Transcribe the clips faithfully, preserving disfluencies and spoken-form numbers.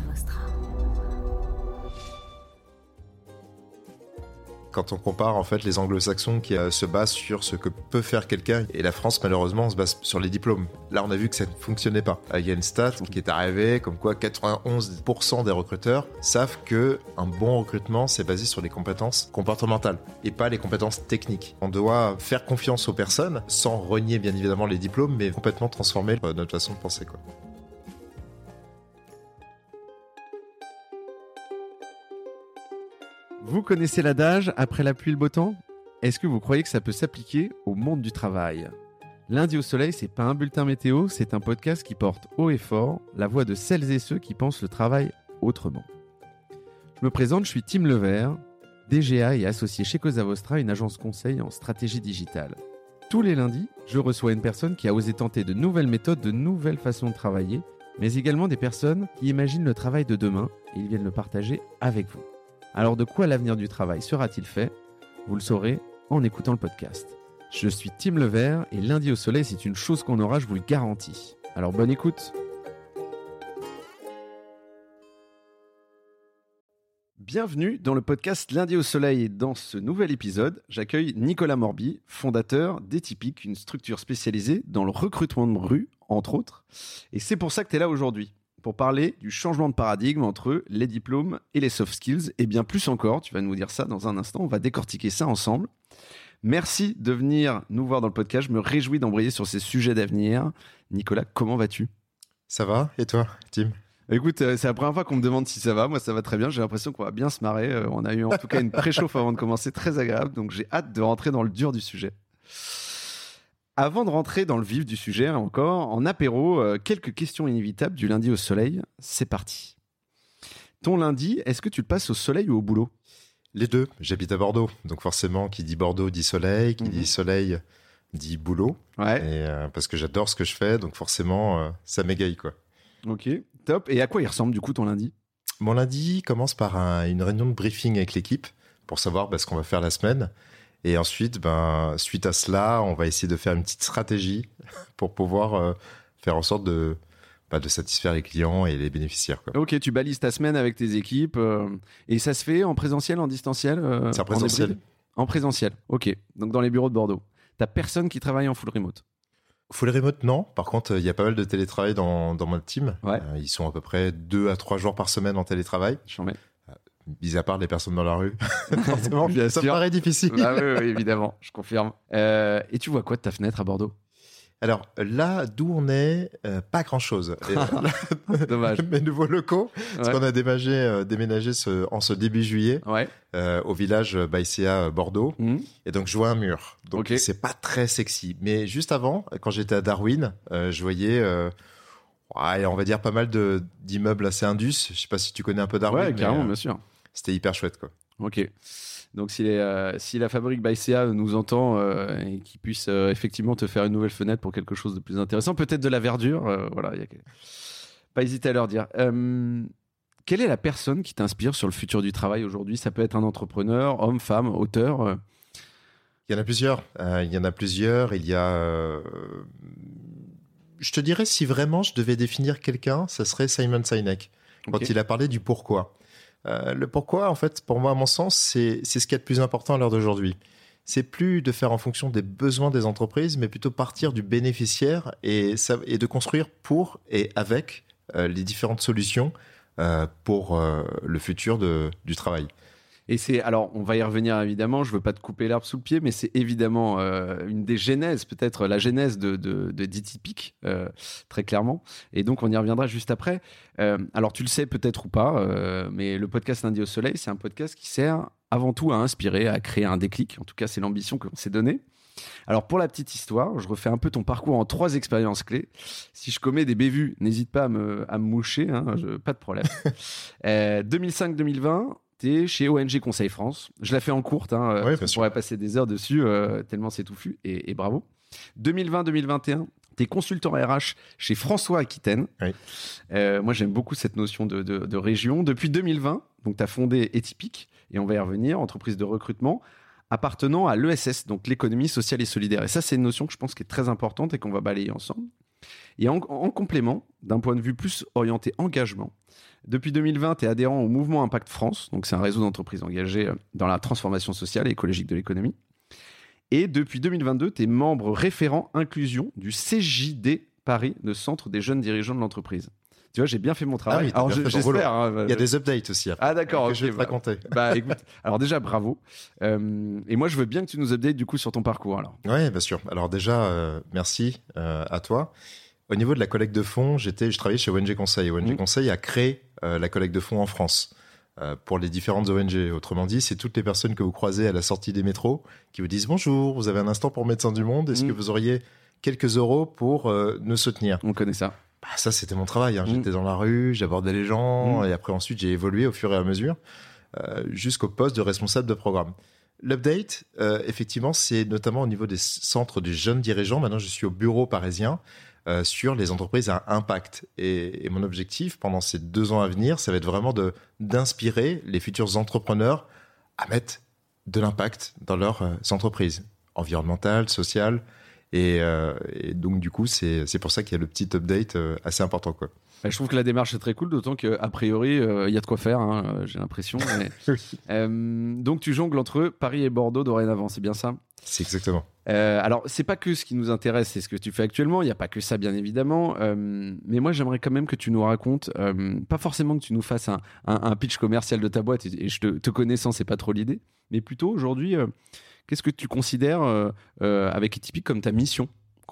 Vostra. Quand on compare en fait les anglo-saxons qui euh, se basent sur ce que peut faire quelqu'un et la France malheureusement on se base sur les diplômes. Là on a vu que ça ne fonctionnait pas. Il y a une stat qui est arrivée comme quoi quatre-vingt-onze pour cent des recruteurs savent que un bon recrutement c'est basé sur les compétences comportementales et pas les compétences techniques. On doit faire confiance aux personnes sans renier bien évidemment les diplômes mais complètement transformer euh, notre façon de penser quoi. Vous connaissez l'adage « après la pluie le beau temps » ? Est-ce que vous croyez que ça peut s'appliquer au monde du travail ? Lundi au soleil, c'est pas un bulletin météo, c'est un podcast qui porte haut et fort la voix de celles et ceux qui pensent le travail autrement. Je me présente, je suis Tim Levert, D G A et associé chez Cosa Vostra, une agence conseil en stratégie digitale. Tous les lundis, je reçois une personne qui a osé tenter de nouvelles méthodes, de nouvelles façons de travailler, mais également des personnes qui imaginent le travail de demain et ils viennent le partager avec vous. Alors de quoi l'avenir du travail sera-t-il fait ? Vous le saurez en écoutant le podcast. Je suis Tim Levert et lundi au soleil, c'est une chose qu'on aura, je vous le garantis. Alors bonne écoute. Bienvenue dans le podcast Lundi au soleil. Dans ce nouvel épisode, j'accueille Nicolas Morby, fondateur d'Atypique, une structure spécialisée dans le recrutement de rue, entre autres. Et c'est pour ça que tu es là aujourd'hui. Pour parler du changement de paradigme entre les diplômes et les soft skills, et bien plus encore, tu vas nous dire ça dans un instant, on va décortiquer ça ensemble. Merci de venir nous voir dans le podcast, je me réjouis d'embrayer sur ces sujets d'avenir. Nicolas, comment vas-tu ? Ça va ? Et toi, Tim ? Écoute, c'est la première fois qu'on me demande si ça va, moi ça va très bien, j'ai l'impression qu'on va bien se marrer, on a eu en tout cas une préchauffe avant de commencer, très agréable, donc j'ai hâte de rentrer dans le dur du sujet. Avant de rentrer dans le vif du sujet encore, en apéro, euh, quelques questions inévitables du lundi au soleil. C'est parti. Ton lundi, est-ce que tu le passes au soleil ou au boulot ? Les deux. J'habite à Bordeaux. Donc forcément, qui dit Bordeaux dit soleil. Qui mmh. dit soleil dit boulot. Ouais. Et, euh, parce que j'adore ce que je fais. Donc forcément, euh, ça m'égaye, quoi. Ok, top. Et à quoi il ressemble du coup ton lundi ? Mon lundi commence par un, une réunion de briefing avec l'équipe pour savoir bah, ce qu'on va faire la semaine. Et ensuite, ben, suite à cela, on va essayer de faire une petite stratégie pour pouvoir euh, faire en sorte de, bah, de satisfaire les clients et les bénéficiaires, quoi. Ok, tu balises ta semaine avec tes équipes. Euh, et ça se fait en présentiel, en distanciel euh, C'est en présentiel. En, en présentiel, ok. Donc dans les bureaux de Bordeaux. T'as personne qui travaille en full remote ? Full remote, non. Par contre, il y a pas mal de télétravail dans, dans mon team. Ouais. Euh, ils sont à peu près deux à trois jours par semaine en télétravail. J'en mets. Mis à part les personnes dans la rue. Forcément, bien ça sûr. paraît difficile. Ah oui, oui, évidemment, je confirme. Euh, et tu vois quoi de ta fenêtre à Bordeaux ? Alors là, d'où on est, euh, pas grand-chose. Et, euh, Dommage. Mes nouveaux locaux, ouais. parce qu'on a déménagé, euh, déménagé ce, en ce début juillet ouais. euh, au village Baïséa Bordeaux. Mmh. Et donc, je vois un mur. Donc, okay. c'est pas très sexy. Mais juste avant, quand j'étais à Darwin, euh, je voyais... Euh, ouais, on va dire pas mal de, d'immeubles assez indus. Je sais pas si tu connais un peu Darwin. Ouais, carrément, mais, euh, bien sûr. C'était hyper chouette, quoi. Ok. Donc, si, les, euh, si la fabrique Baïséa nous entend euh, et qu'il puisse euh, effectivement te faire une nouvelle fenêtre pour quelque chose de plus intéressant, peut-être de la verdure, euh, voilà, y a... pas hésiter à leur dire. Euh, quelle est la personne qui t'inspire sur le futur du travail aujourd'hui ? Ça peut être un entrepreneur, homme, femme, auteur euh... Il y en a plusieurs. Euh, il y en a plusieurs. Il y a... Euh... Je te dirais, si vraiment je devais définir quelqu'un, ça serait Simon Sinek. Quand okay. il a parlé du pourquoi. Euh, le pourquoi, en fait, pour moi, à mon sens, c'est, c'est ce qui est le plus important à l'heure d'aujourd'hui. C'est plus de faire en fonction des besoins des entreprises, mais plutôt partir du bénéficiaire et, ça, et de construire pour et avec euh, les différentes solutions euh, pour euh, le futur de, du travail. Et c'est, alors, on va y revenir évidemment, je veux pas te couper l'herbe sous le pied, mais c'est évidemment euh, une des genèses, peut-être la genèse de, de, de d'Atypique, euh, très clairement. Et donc, on y reviendra juste après. Euh, alors, tu le sais peut-être ou pas, euh, mais le podcast Lundi au soleil, c'est un podcast qui sert avant tout à inspirer, à créer un déclic. En tout cas, c'est l'ambition qu'on s'est donnée. Alors, pour la petite histoire, je refais un peu ton parcours en trois expériences clés. Si je commets des bévues, n'hésite pas à me, à me moucher, hein, je, pas de problème. euh, deux mille cinq deux mille vingt, t'es chez O N G Conseil France. Je la fais en courte, hein, ouais, on pourrait passer des heures dessus, euh, tellement c'est touffu, et, et bravo. deux mille vingt deux mille vingt et un, t'es consultant R H chez François Aquitaine. Oui. Euh, moi, j'aime beaucoup cette notion de, de, de région. Depuis deux mille vingt, donc t'as fondé Atypique, et on va y revenir, entreprise de recrutement, appartenant à l'E S S, donc l'économie sociale et solidaire. Et ça, c'est une notion que je pense qui est très importante et qu'on va balayer ensemble. Et en, en complément, d'un point de vue plus orienté engagement, depuis deux mille vingt, tu es adhérent au Mouvement Impact France, donc c'est un réseau d'entreprises engagées dans la transformation sociale et écologique de l'économie. Et depuis deux mille vingt-deux, tu es membre référent inclusion du C J D Paris, le Centre des jeunes dirigeants de l'entreprise. Tu vois, j'ai bien fait mon travail. Ah oui, alors, je, j'espère. Hein, il y a des updates aussi. Après, ah, d'accord. que Okay, je vais te bah, raconter. Bah, écoute, alors déjà, bravo. Euh, et moi, je veux bien que tu nous updates du coup sur ton parcours. Alors. Oui, bien sûr. Alors déjà, euh, merci euh, à toi. Au niveau de la collecte de fonds, j'étais, je travaillais chez O N G Conseil. O N G mmh. Conseil a créé euh, la collecte de fonds en France euh, pour les différentes O N G. Autrement dit, c'est toutes les personnes que vous croisez à la sortie des métros qui vous disent « Bonjour, vous avez un instant pour Médecins du Monde. Est-ce mmh. que vous auriez quelques euros pour euh, nous soutenir ?» On connaît ça. Bah, ça, c'était mon travail. Hein. Mmh. J'étais dans la rue, j'abordais les gens, mmh. et après, ensuite, j'ai évolué au fur et à mesure euh, jusqu'au poste de responsable de programme. L'update, euh, effectivement, c'est notamment au niveau des centres des jeunes dirigeants. Maintenant, je suis au bureau parisien euh, sur les entreprises à impact. Et, et mon objectif, pendant ces deux ans à venir, ça va être vraiment de, d'inspirer les futurs entrepreneurs à mettre de l'impact dans leurs euh, entreprises environnementales, sociales. Et, euh, et donc, du coup, c'est, c'est pour ça qu'il y a le petit update euh, assez important, quoi. Je trouve que la démarche est très cool, d'autant qu'a priori, il euh, y a de quoi faire, hein, j'ai l'impression. Mais... oui. euh, donc, tu jongles entre Paris et Bordeaux dorénavant, c'est bien ça ? C'est exactement. Euh, alors, c'est pas que ce qui nous intéresse, c'est ce que tu fais actuellement. Il n'y a pas que ça, bien évidemment. Euh, mais moi, j'aimerais quand même que tu nous racontes, euh, pas forcément que tu nous fasses un, un, un pitch commercial de ta boîte, et, et je te, te connaissant, c'est pas trop l'idée. Mais plutôt, aujourd'hui, euh, qu'est-ce que tu considères euh, euh, avec Atypique comme ta mission, concrètement ?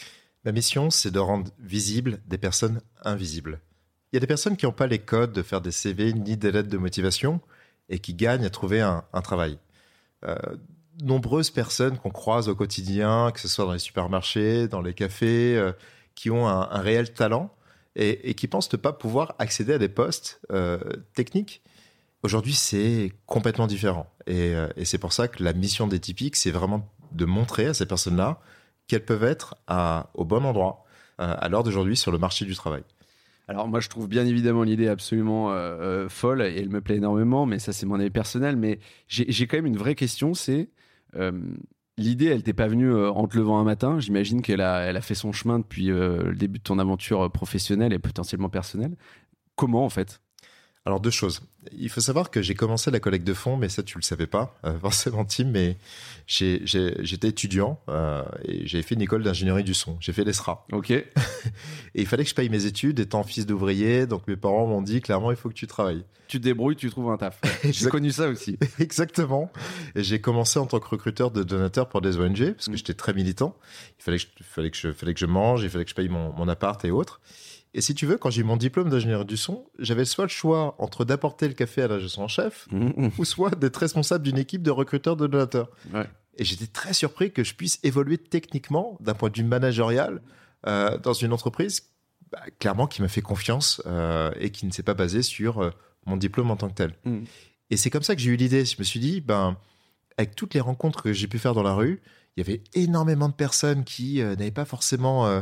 Ma mission, c'est de rendre visibles des personnes invisibles. Il y a des personnes qui n'ont pas les codes de faire des C V ni des lettres de motivation et qui gagnent à trouver un, un travail. Euh, nombreuses personnes qu'on croise au quotidien, que ce soit dans les supermarchés, dans les cafés, euh, qui ont un, un réel talent et, et qui pensent ne pas pouvoir accéder à des postes euh, techniques. Aujourd'hui, c'est complètement différent. Et, euh, et c'est pour ça que la mission d'Atypique, c'est vraiment de montrer à ces personnes-là qu'elles peuvent être à, au bon endroit euh, à l'heure d'aujourd'hui sur le marché du travail. Alors moi, je trouve bien évidemment l'idée absolument euh, folle et elle me plaît énormément, mais ça, c'est mon avis personnel. Mais j'ai, j'ai quand même une vraie question, c'est euh, l'idée, elle t'est pas venue euh, en te levant un matin. J'imagine qu'elle a, elle a fait son chemin depuis euh, le début de ton aventure professionnelle et potentiellement personnelle. Comment, en fait ? Alors, deux choses. Il faut savoir que j'ai commencé la collecte de fonds, mais ça, tu le savais pas, euh, forcément, Tim, mais j'ai, j'ai, j'étais étudiant euh, et j'avais fait une école d'ingénierie du son. J'ai fait l'E S R A. OK. Et il fallait que je paye mes études, étant fils d'ouvrier, donc mes parents m'ont dit, clairement, il faut que tu travailles. Tu te débrouilles, tu trouves un taf. J'ai connu ça aussi. Exactement. Et j'ai commencé en tant que recruteur de donateurs pour des O N G, parce que mmh. j'étais très militant. Il fallait que je, fallait que je, fallait que je mange, il fallait que je paye mon, mon appart et autres. Et si tu veux, quand j'ai eu mon diplôme d'ingénieur du son, j'avais soit le choix entre d'apporter le café à l'ingénieur en chef, mmh. ou soit d'être responsable d'une équipe de recruteurs de donateurs. Ouais. Et j'étais très surpris que je puisse évoluer techniquement, d'un point de vue managérial, euh, dans une entreprise, bah, clairement, qui m'a fait confiance euh, et qui ne s'est pas basée sur euh, mon diplôme en tant que tel. Mmh. Et c'est comme ça que j'ai eu l'idée. Je me suis dit, ben, avec toutes les rencontres que j'ai pu faire dans la rue, il y avait énormément de personnes qui euh, n'avaient pas forcément... Euh,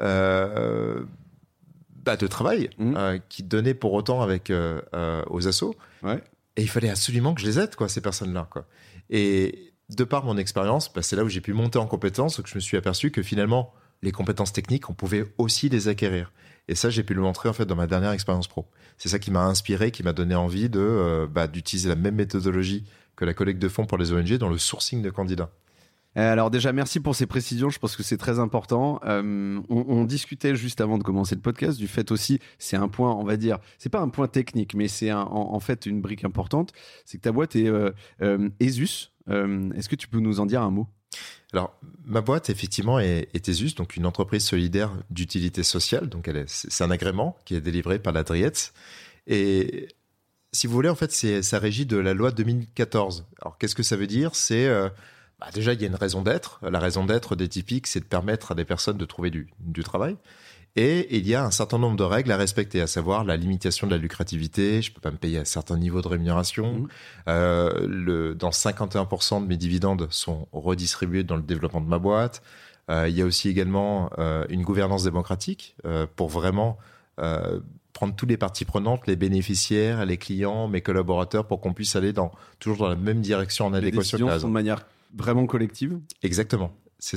euh, Bah, de travail, mmh. euh, qui donnaient pour autant avec, euh, euh, aux assos. Ouais. Et il fallait absolument que je les aide, quoi, ces personnes-là, quoi. Et de par mon expérience, bah, c'est là où j'ai pu monter en compétences, que je me suis aperçu que finalement, les compétences techniques, on pouvait aussi les acquérir. Et ça, j'ai pu le montrer en fait dans ma dernière expérience pro. C'est ça qui m'a inspiré, qui m'a donné envie de, euh, bah, d'utiliser la même méthodologie que la collecte de fonds pour les O N G dans le sourcing de candidats. Alors déjà, merci pour ces précisions, je pense que c'est très important. Euh, on, on discutait juste avant de commencer le podcast du fait aussi, c'est un point, on va dire, c'est pas un point technique, mais c'est un, en, en fait une brique importante, c'est que ta boîte est euh, euh, ESUS. Euh, est-ce que tu peux nous en dire un mot ? Alors, ma boîte, effectivement, est, est ESUS, donc une entreprise solidaire d'utilité sociale. Donc, elle est, c'est un agrément qui est délivré par la DRIEETS. Et si vous voulez, en fait, c'est, ça régit de la loi deux mille quatorze. Alors, qu'est-ce que ça veut dire ? C'est... Euh, Bah déjà, il y a une raison d'être. La raison d'être d'Atypique, c'est de permettre à des personnes de trouver du, du travail. Et il y a un certain nombre de règles à respecter, à savoir la limitation de la lucrativité. Je ne peux pas me payer à un certain niveau de rémunération. Mmh. Euh, le, dans cinquante et un pour cent de mes dividendes sont redistribués dans le développement de ma boîte. Euh, il y a aussi également euh, une gouvernance démocratique euh, pour vraiment euh, prendre toutes les parties prenantes, les bénéficiaires, les clients, mes collaborateurs, pour qu'on puisse aller dans, toujours dans la même direction en adéquation. Les décisions sont de manière vraiment collective ? Exactement, c'est ça.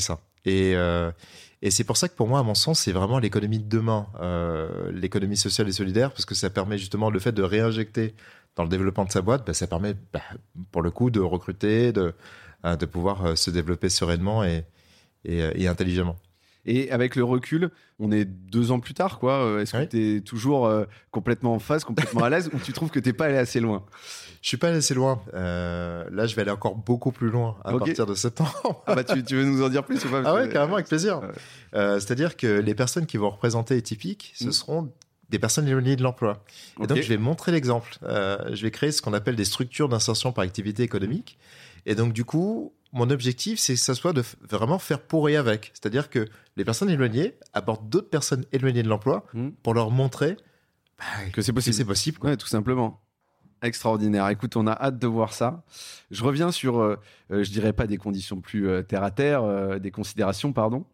Et, euh, et c'est pour ça que pour moi, à mon sens, c'est vraiment l'économie de demain, euh, l'économie sociale et solidaire, parce que ça permet justement le fait de réinjecter dans le développement de sa boîte, bah, ça permet bah, pour le coup de recruter, de, euh, de pouvoir euh, se développer sereinement et, et, et intelligemment. Et avec le recul, on est deux ans plus tard, quoi. Est-ce Oui. que tu es toujours euh, complètement en phase, complètement à l'aise, ou tu trouves que tu n'es pas allé assez loin? Je suis pas allé assez loin. Euh, là, je vais aller encore beaucoup plus loin à Ok. partir de septembre. Ah bah tu, tu veux nous en dire plus ou pas? Ah ouais, carrément, avec plaisir. Ouais. Euh, c'est-à-dire que les personnes qui vont représenter Atypique, ce Mm. seront des personnes éloignées de l'emploi. Et Ok. donc, je vais montrer l'exemple. Euh, je vais créer ce qu'on appelle des structures d'insertion par activité économique. Et donc, du coup, mon objectif, c'est que ça soit de f- vraiment faire pour et avec. C'est-à-dire que les personnes éloignées apportent d'autres personnes éloignées de l'emploi Mm. pour leur montrer bah, Que c'est que possible. c'est possible. quoi. Ouais, tout simplement. Extraordinaire. Écoute, on a hâte de voir ça. Je reviens sur, euh, euh, je dirais pas des conditions plus euh, terre à terre, euh, des considérations, pardon.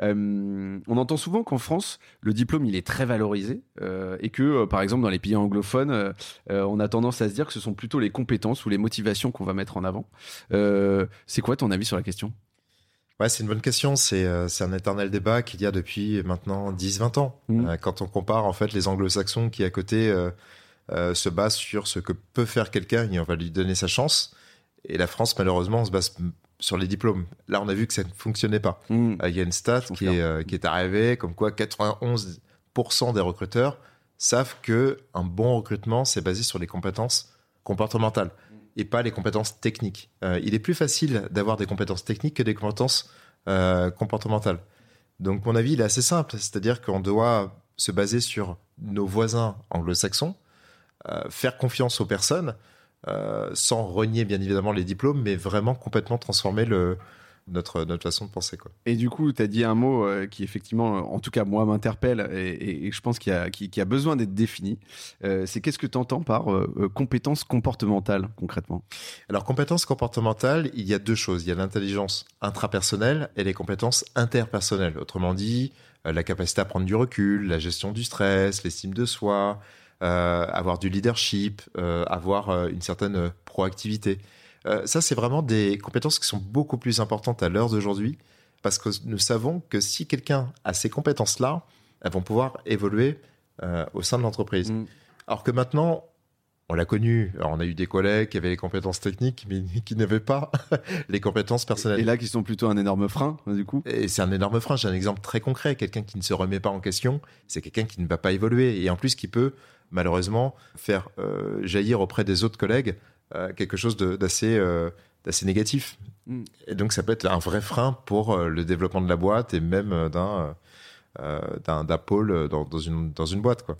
Euh, on entend souvent qu'en France, le diplôme il est très valorisé euh, et que, euh, par exemple, dans les pays anglophones, euh, euh, on a tendance à se dire que ce sont plutôt les compétences ou les motivations qu'on va mettre en avant. Euh, c'est quoi ton avis sur la question? Ouais, c'est une bonne question. C'est euh, c'est un éternel débat qu'il y a depuis maintenant dix vingt ans. Mm. Euh, quand on compare en fait les anglo-saxons qui à côté euh, euh, se basent sur ce que peut faire quelqu'un et on va lui donner sa chance. Et la France, malheureusement, on se base m- sur les diplômes. Là, on a vu que ça ne fonctionnait pas. Mm. Euh, Il y a une stat Je qui confirme. est, euh, qui est arrivée, comme quoi quatre-vingt-onze pour cent des recruteurs savent que un bon recrutement, c'est basé sur les compétences comportementales et pas les compétences techniques. Euh, il est plus facile d'avoir des compétences techniques que des compétences euh, comportementales. Donc, mon avis, il est assez simple. C'est-à-dire qu'on doit se baser sur nos voisins anglo-saxons, euh, faire confiance aux personnes, euh, sans renier bien évidemment les diplômes, mais vraiment complètement transformer le, notre, notre façon de penser. Quoi. Et du coup, tu as dit un mot euh, qui, effectivement, euh, en tout cas, moi, m'interpelle et, et- et je pense qu'il y a, qui, qui a besoin d'être défini. Euh, c'est qu'est-ce que tu entends par euh, euh, compétences comportementales, concrètement? Alors, compétences comportementales, il y a deux choses. Il y a l'intelligence intrapersonnelle et les compétences interpersonnelles. Autrement dit, euh, la capacité à prendre du recul, la gestion du stress, l'estime de soi, euh, avoir du leadership, euh, avoir euh, une certaine euh, proactivité. Euh, ça, c'est vraiment des compétences qui sont beaucoup plus importantes à l'heure d'aujourd'hui parce que nous savons que si quelqu'un a ces compétences-là, elles vont pouvoir évoluer euh, au sein de l'entreprise. Mm. Alors que maintenant, on l'a connu, alors on a eu des collègues qui avaient les compétences techniques mais qui n'avaient pas les compétences personnelles. Et là, qui sont plutôt un énorme frein, du coup. Et c'est un énorme frein. J'ai un exemple très concret. Quelqu'un qui ne se remet pas en question, c'est quelqu'un qui ne va pas évoluer. Et en plus, qui peut, malheureusement, faire euh, jaillir auprès des autres collègues euh, quelque chose de- d'assez euh, d'assez négatif. Mm. Et donc, ça peut être un vrai frein pour euh, le développement de la boîte et même euh, d'un euh, d'un d'un pôle dans, dans, une, dans une boîte, quoi.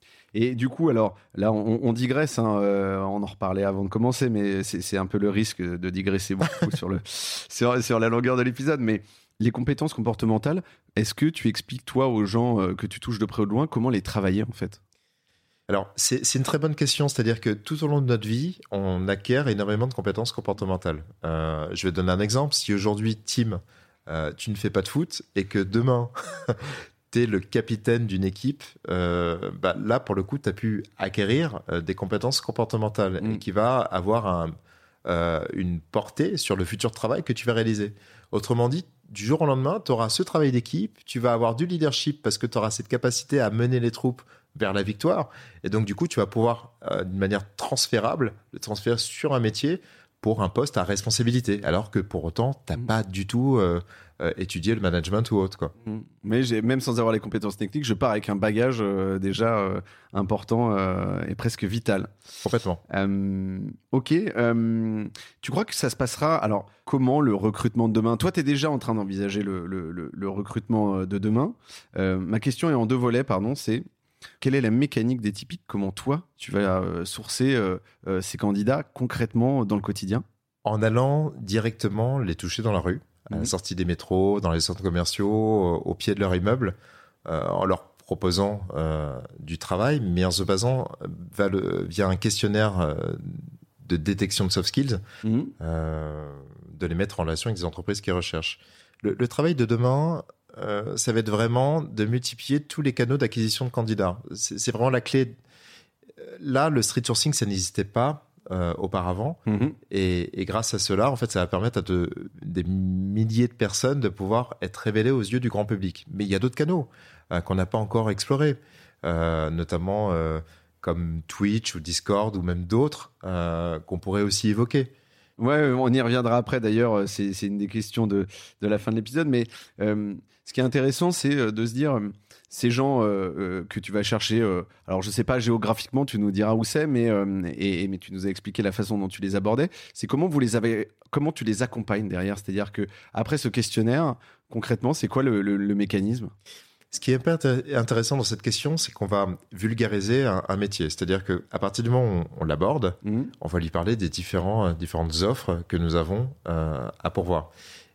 Et du coup, alors là, on, on digresse, hein, euh, on en reparlait avant de commencer, mais c'est c'est un peu le risque de digresser beaucoup sur, le, sur, sur la longueur de l'épisode. Mais les compétences comportementales, est-ce que tu expliques, toi, aux gens euh, que tu touches de près ou de loin, comment les travailler, en fait? Alors, c'est c'est une très bonne question. C'est-à-dire que tout au long de notre vie, on acquiert énormément de compétences comportementales. Euh, je vais te donner un exemple. Si aujourd'hui, Tim, euh, tu ne fais pas de foot et que demain, tu es le capitaine d'une équipe, euh, bah, là, pour le coup, tu as pu acquérir euh, des compétences comportementales Mm. et qui va avoir un, euh, une portée sur le futur travail que tu vas réaliser. Autrement dit, du jour au lendemain, tu auras ce travail d'équipe, tu vas avoir du leadership parce que tu auras cette capacité à mener les troupes vers la victoire. Et donc, du coup, tu vas pouvoir, euh, d'une manière transférable, le transférer sur un métier pour un poste à responsabilité. Alors que pour autant, tu n'as Mm. pas du tout euh, euh, étudié le management ou autre, quoi. Mais j'ai- même sans avoir les compétences techniques, je pars avec un bagage euh, déjà euh, important euh, et presque vital. Complètement. Euh, ok. Euh, tu crois que ça se passera? Alors, comment le recrutement de demain? Toi, tu es déjà en train d'envisager le, le- le- le recrutement euh, de demain. Euh, ma question est en deux volets, pardon. C'est quelle est la mécanique des typiques? Comment toi, tu vas euh, sourcer euh, euh, ces candidats concrètement dans le quotidien? En allant directement les toucher dans la rue, à la Mhm. sortie des métros, dans les centres commerciaux, au, au pied de leur immeuble, euh, en leur proposant euh, du travail, mais en se basant euh, va le- via un questionnaire euh, de détection de soft skills, Mhm. euh, de les mettre en relation avec des entreprises qui recherchent. Le, le travail de demain, euh, ça va être vraiment de multiplier tous les canaux d'acquisition de candidats. C'est c'est vraiment la clé. Là, le street sourcing, ça n'existait pas euh, auparavant. Mmh. Et, et grâce à cela, en fait, ça va permettre à de, des milliers de personnes de pouvoir être révélées aux yeux du grand public. Mais il y a d'autres canaux euh, qu'on n'a pas encore explorés, euh, notamment euh, comme Twitch ou Discord ou même d'autres euh, qu'on pourrait aussi évoquer. Ouais, on y reviendra après d'ailleurs, c'est, c'est une des questions de, de la fin de l'épisode, mais euh, ce qui est intéressant, c'est de se dire, euh, ces gens euh, euh, que tu vas chercher, euh, alors je sais pas géographiquement, tu nous diras où c'est, mais, euh, et, et, mais tu nous as expliqué la façon dont tu les abordais, c'est comment vous les avez, comment tu les accompagnes derrière, c'est-à-dire que après ce questionnaire, concrètement, c'est quoi le, le, le mécanisme ? Ce qui est hyper intéressant dans cette question, c'est qu'on va vulgariser un, un métier. C'est-à-dire qu'à partir du moment où on, on l'aborde, mmh. on va lui parler des différents, euh, différentes offres que nous avons euh, à pourvoir.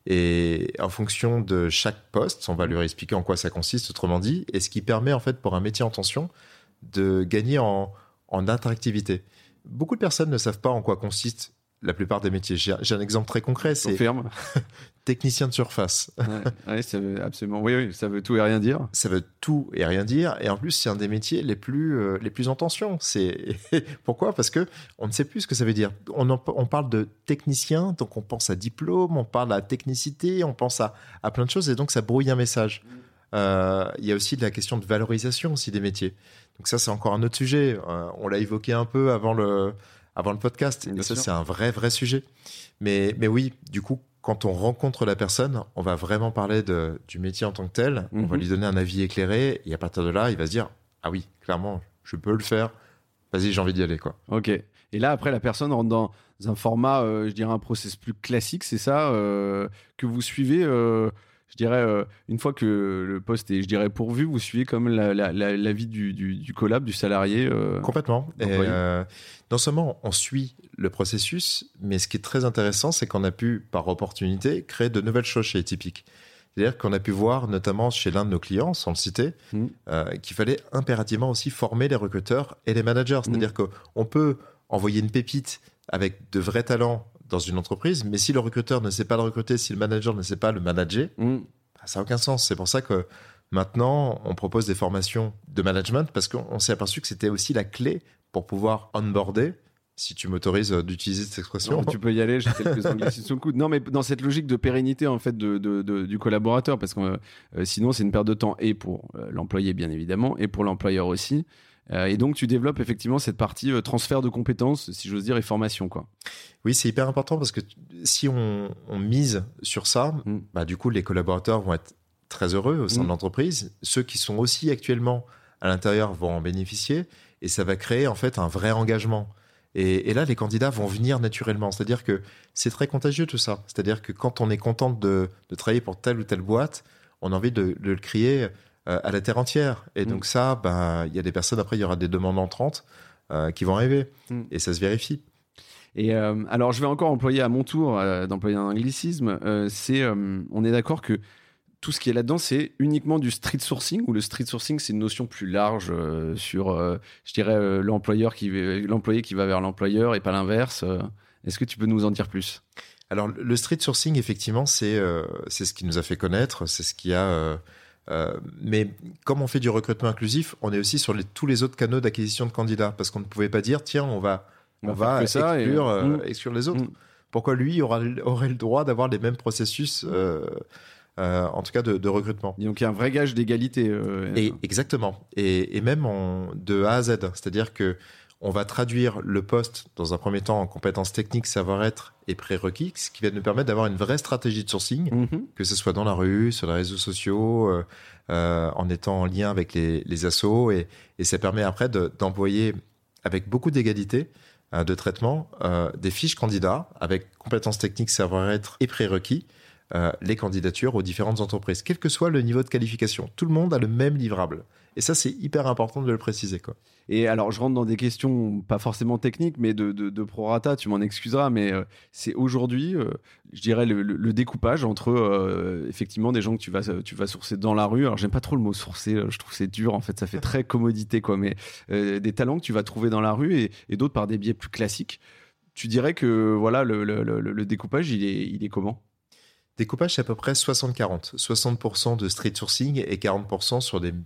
Et en fonction de chaque poste, on va lui expliquer en quoi ça consiste, autrement dit, et ce qui permet en fait pour un métier en tension de gagner en, en attractivité. Beaucoup de personnes ne savent pas en quoi consiste la plupart des métiers. J'ai, j'ai un exemple très concret, c'est Confirme. technicien de surface. Ouais, ouais, ça veut absolument. Oui, oui, ça veut tout et rien dire. Ça veut tout et rien dire. Et en plus, c'est un des métiers les plus, euh, les plus en tension. C'est... Pourquoi ? Parce que on ne sait plus ce que ça veut dire. On, en, on parle de technicien, donc on pense à diplôme, on parle à technicité, on pense à, à plein de choses, et donc ça brouille un message. Euh, il y a aussi de la question de valorisation aussi des métiers. Donc ça, c'est encore un autre sujet. Euh, on l'a évoqué un peu avant le, avant le podcast. Bien et ça, sûr. C'est un vrai, vrai sujet. Mais, mais oui, du coup, quand on rencontre la personne, on va vraiment parler de, du métier en tant que tel. Mm-hmm. On va lui donner un avis éclairé. Et à partir de là, il va se dire, ah oui, clairement, je peux le faire. Vas-y, j'ai envie d'y aller, quoi. Ok. Et là, après, la personne rentre dans un format, euh, je dirais, un process plus classique, c'est ça, euh, que vous suivez euh, je dirais, euh, une fois que le poste est, je dirais, pourvu, vous suivez comme la, la, la, la vie du, du, du collab, du salarié. Euh, Complètement. Et euh, non seulement on suit le processus, mais ce qui est très intéressant, c'est qu'on a pu, par opportunité, créer de nouvelles choses chez Atypique. C'est-à-dire qu'on a pu voir, notamment chez l'un de nos clients, sans le citer, mmh. euh, qu'il fallait impérativement aussi former les recruteurs et les managers. C'est-à-dire mmh. qu'on peut envoyer une pépite avec de vrais talents dans une entreprise, mais si le recruteur ne sait pas le recruter, si le manager ne sait pas le manager, mmh. bah, ça n'a aucun sens. C'est pour ça que maintenant, on propose des formations de management parce qu'on s'est aperçu que c'était aussi la clé pour pouvoir onboarder, si tu m'autorises d'utiliser cette expression. Non, tu peux y aller, j'ai quelques anglicismes sous le coude. Non, mais dans cette logique de pérennité en fait, de, de, de, du collaborateur, parce que euh, sinon, c'est une perte de temps et pour euh, l'employé, bien évidemment, et pour l'employeur aussi. Euh, et donc, tu développes effectivement cette partie euh, transfert de compétences, si j'ose dire, et formation, quoi. Oui, c'est hyper important parce que si on, on mise sur ça, mm. bah, du coup, les collaborateurs vont être très heureux au sein mm. de l'entreprise. Ceux qui sont aussi actuellement à l'intérieur vont en bénéficier et ça va créer en fait un vrai engagement. Et, et là, les candidats vont venir naturellement. C'est-à-dire que c'est très contagieux tout ça. C'est-à-dire que quand on est content de, de travailler pour telle ou telle boîte, on a envie de, de le crier à la terre entière. Et mmh. donc ça, bah, y a des personnes, après, il y aura des demandes entrantes euh, qui vont arriver. Mmh. Et ça se vérifie. Et euh, alors, je vais encore employer à mon tour euh, d'employer un anglicisme. Euh, c'est, euh, on est d'accord que tout ce qui est là-dedans, c'est uniquement du street sourcing, ou le street sourcing, c'est une notion plus large euh, sur, euh, je dirais, euh, l'employeur qui, l'employé qui va vers l'employeur et pas l'inverse. Euh, est-ce que tu peux nous en dire plus ? Alors, le street sourcing, effectivement, c'est, euh, c'est ce qui nous a fait connaître, c'est ce qui a... Euh, Euh, mais comme on fait du recrutement inclusif, on est aussi sur les, tous les autres canaux d'acquisition de candidats parce qu'on ne pouvait pas dire tiens on va on, on va exclure, et... euh, mmh. exclure les autres. Mmh. Pourquoi lui aura, aurait le droit d'avoir les mêmes processus euh, euh, en tout cas de, de recrutement. Donc il y a un vrai gage d'égalité. Euh... Et, exactement. Et, et même en, de A à Z, c'est-à-dire que on va traduire le poste dans un premier temps en compétences techniques, savoir-être et prérequis, ce qui va nous permettre d'avoir une vraie stratégie de sourcing, mmh. que ce soit dans la rue, sur les réseaux sociaux, euh, euh, en étant en lien avec les, les assos. Et, et ça permet après de, d'employer avec beaucoup d'égalité euh, de traitement euh, des fiches candidats avec compétences techniques, savoir-être et prérequis, euh, les candidatures aux différentes entreprises, quel que soit le niveau de qualification. Tout le monde a le même livrable. Et ça, c'est hyper important de le préciser, quoi. Et alors, je rentre dans des questions pas forcément techniques, mais de, de, de prorata, tu m'en excuseras, mais euh, c'est aujourd'hui, euh, je dirais, le, le, le découpage entre, euh, effectivement, des gens que tu vas, tu vas sourcer dans la rue. Alors, j'aime pas trop le mot sourcer, je trouve que c'est dur, en fait, ça fait très commodité, quoi, mais euh, des talents que tu vas trouver dans la rue et, et d'autres par des biais plus classiques. Tu dirais que, voilà, le, le, le, le découpage, il est, il est comment ? Découpage, c'est à peu près soixante quarante. soixante pour cent de street sourcing et quarante pour cent sur des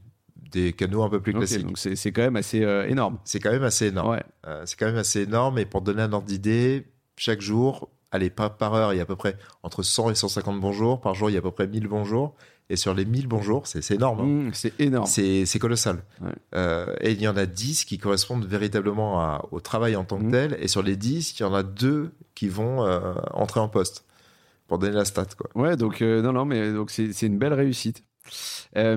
des canaux un peu plus okay, classiques. Donc c'est, c'est quand même assez euh, énorme. C'est quand même assez énorme. Ouais. Euh, c'est quand même assez énorme. Et pour donner un ordre d'idée, chaque jour, allez, pas par heure, il y a à peu près entre cent et cent cinquante bonjours. Par jour, il y a à peu près mille bonjours. Et sur les mille bonjours, c'est, c'est énorme. Hein. Mmh, c'est énorme. C'est, c'est colossal. Ouais. Euh, et il y en a dix qui correspondent véritablement à, au travail en tant que mmh. tel. Et sur les dix, il y en a deux qui vont euh, entrer en poste. Pour donner la stat, quoi. Ouais, donc, euh, non, non, mais donc c'est, c'est une belle réussite. Euh,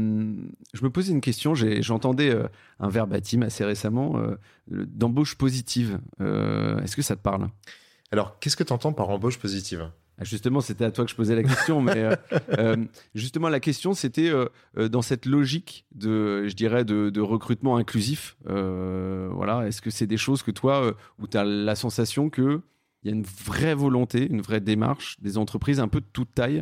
je me posais une question. J'ai, j'entendais euh, un verbatim assez récemment euh, d'embauche positive. Euh, est-ce que ça te parle ? Alors, qu'est-ce que tu entends par embauche positive ? Justement, c'était à toi que je posais la question, mais euh, euh, justement, la question, c'était euh, dans cette logique de, je dirais, de, de recrutement inclusif. Euh, voilà, est-ce que c'est des choses que toi, euh, où tu as la sensation qu'il y a une vraie volonté, une vraie démarche des entreprises un peu de toute taille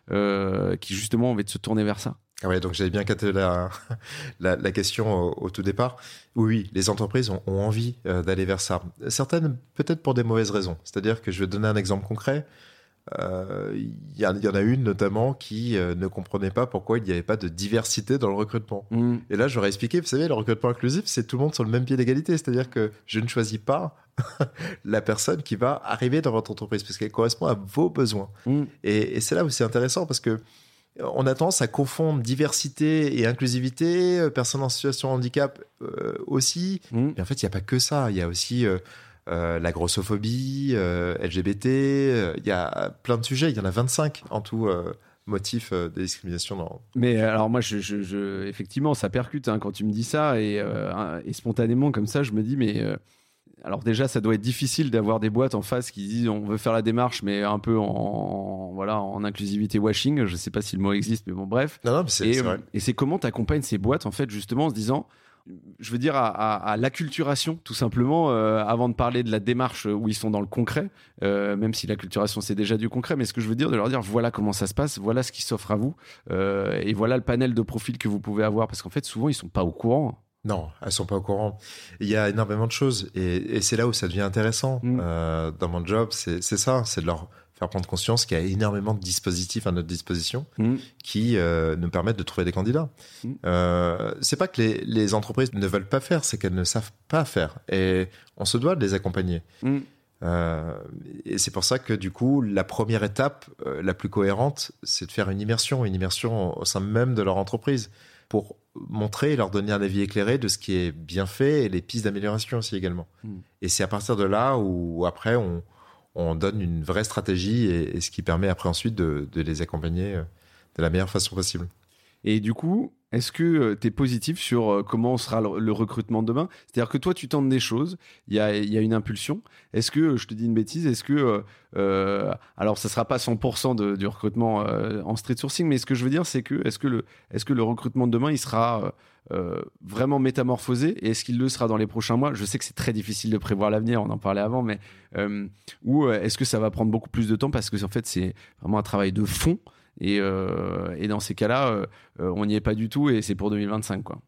euh, qui, justement, ont envie de se tourner vers ça ? Ah ouais, donc j'avais bien capté la, la, la question au, au tout départ. Oui, oui, les entreprises ont, ont envie euh, d'aller vers ça. Certaines, peut-être pour des mauvaises raisons. C'est-à-dire que je vais donner un exemple concret. Il euh, y, y en a une notamment qui euh, ne comprenait pas pourquoi il n'y avait pas de diversité dans le recrutement. Mmh. Et là, j'aurais expliqué, vous savez, le recrutement inclusif, c'est tout le monde sur le même pied d'égalité. C'est-à-dire que je ne choisis pas la personne qui va arriver dans votre entreprise parce qu'elle correspond à vos besoins. Mmh. Et, et c'est là où c'est intéressant parce que on a tendance à confondre diversité et inclusivité, personnes en situation de handicap euh, aussi. Mmh. Mais en fait, il n'y a pas que ça. Il y a aussi... Euh, Euh, la grossophobie, euh, L G B T, il euh, y a plein de sujets, il y en a vingt-cinq en tout euh, motifs euh, de discrimination. Dans... Mais alors moi, je, je, je, effectivement, ça percute hein, quand tu me dis ça et, euh, et spontanément comme ça, je me dis mais... Euh, alors déjà, ça doit être difficile d'avoir des boîtes en face qui disent on veut faire la démarche, mais un peu en, en voilà en inclusivité washing. Je sais pas si le mot existe, mais bon bref. Non, non, mais c'est, et, c'est vrai. Et c'est comment tu accompagnes ces boîtes en fait justement en se disant... Je veux dire à, à, à l'acculturation tout simplement euh, avant de parler de la démarche où ils sont dans le concret euh, même si l'acculturation c'est déjà du concret, mais ce que je veux dire de leur dire voilà comment ça se passe, voilà ce qui s'offre à vous euh, et voilà le panel de profils que vous pouvez avoir parce qu'en fait souvent ils sont pas au courant. Non, elles sont pas au courant. Il y a énormément de choses et, et c'est là où ça devient intéressant mmh. euh, dans mon job, c'est, c'est ça, c'est de leur faire prendre conscience qu'il y a énormément de dispositifs à notre disposition mmh. qui euh, nous permettent de trouver des candidats. Mmh. Euh, c'est pas que les, les entreprises ne veulent pas faire, c'est qu'elles ne savent pas faire. Et on se doit de les accompagner. Mmh. Euh, et c'est pour ça que du coup, la première étape, euh, la plus cohérente, c'est de faire une immersion, une immersion au sein même de leur entreprise pour montrer et leur donner un avis éclairé de ce qui est bien fait et les pistes d'amélioration aussi également. Mmh. Et c'est à partir de là où après on on donne une vraie stratégie et, et ce qui permet après ensuite de, de les accompagner de la meilleure façon possible. Et du coup, est-ce que tu es positif sur comment sera le, le recrutement de demain ? C'est-à-dire que toi, tu tentes des choses, il y a, y a une impulsion. Est-ce que, je te dis une bêtise, est-ce que... Euh, alors, ça ne sera pas cent pour cent de, du recrutement euh, en street sourcing, mais ce que je veux dire, c'est que est-ce que le, est-ce que le recrutement de demain, il sera... Euh, vraiment métamorphosé et est-ce qu'il le sera dans les prochains mois ? Je sais que c'est très difficile de prévoir l'avenir, on en parlait avant, mais euh, ou est-ce que ça va prendre beaucoup plus de temps parce que en fait c'est vraiment un travail de fond et, euh, et dans ces cas-là euh, on n'y est pas du tout et c'est pour deux mille vingt-cinq quoi.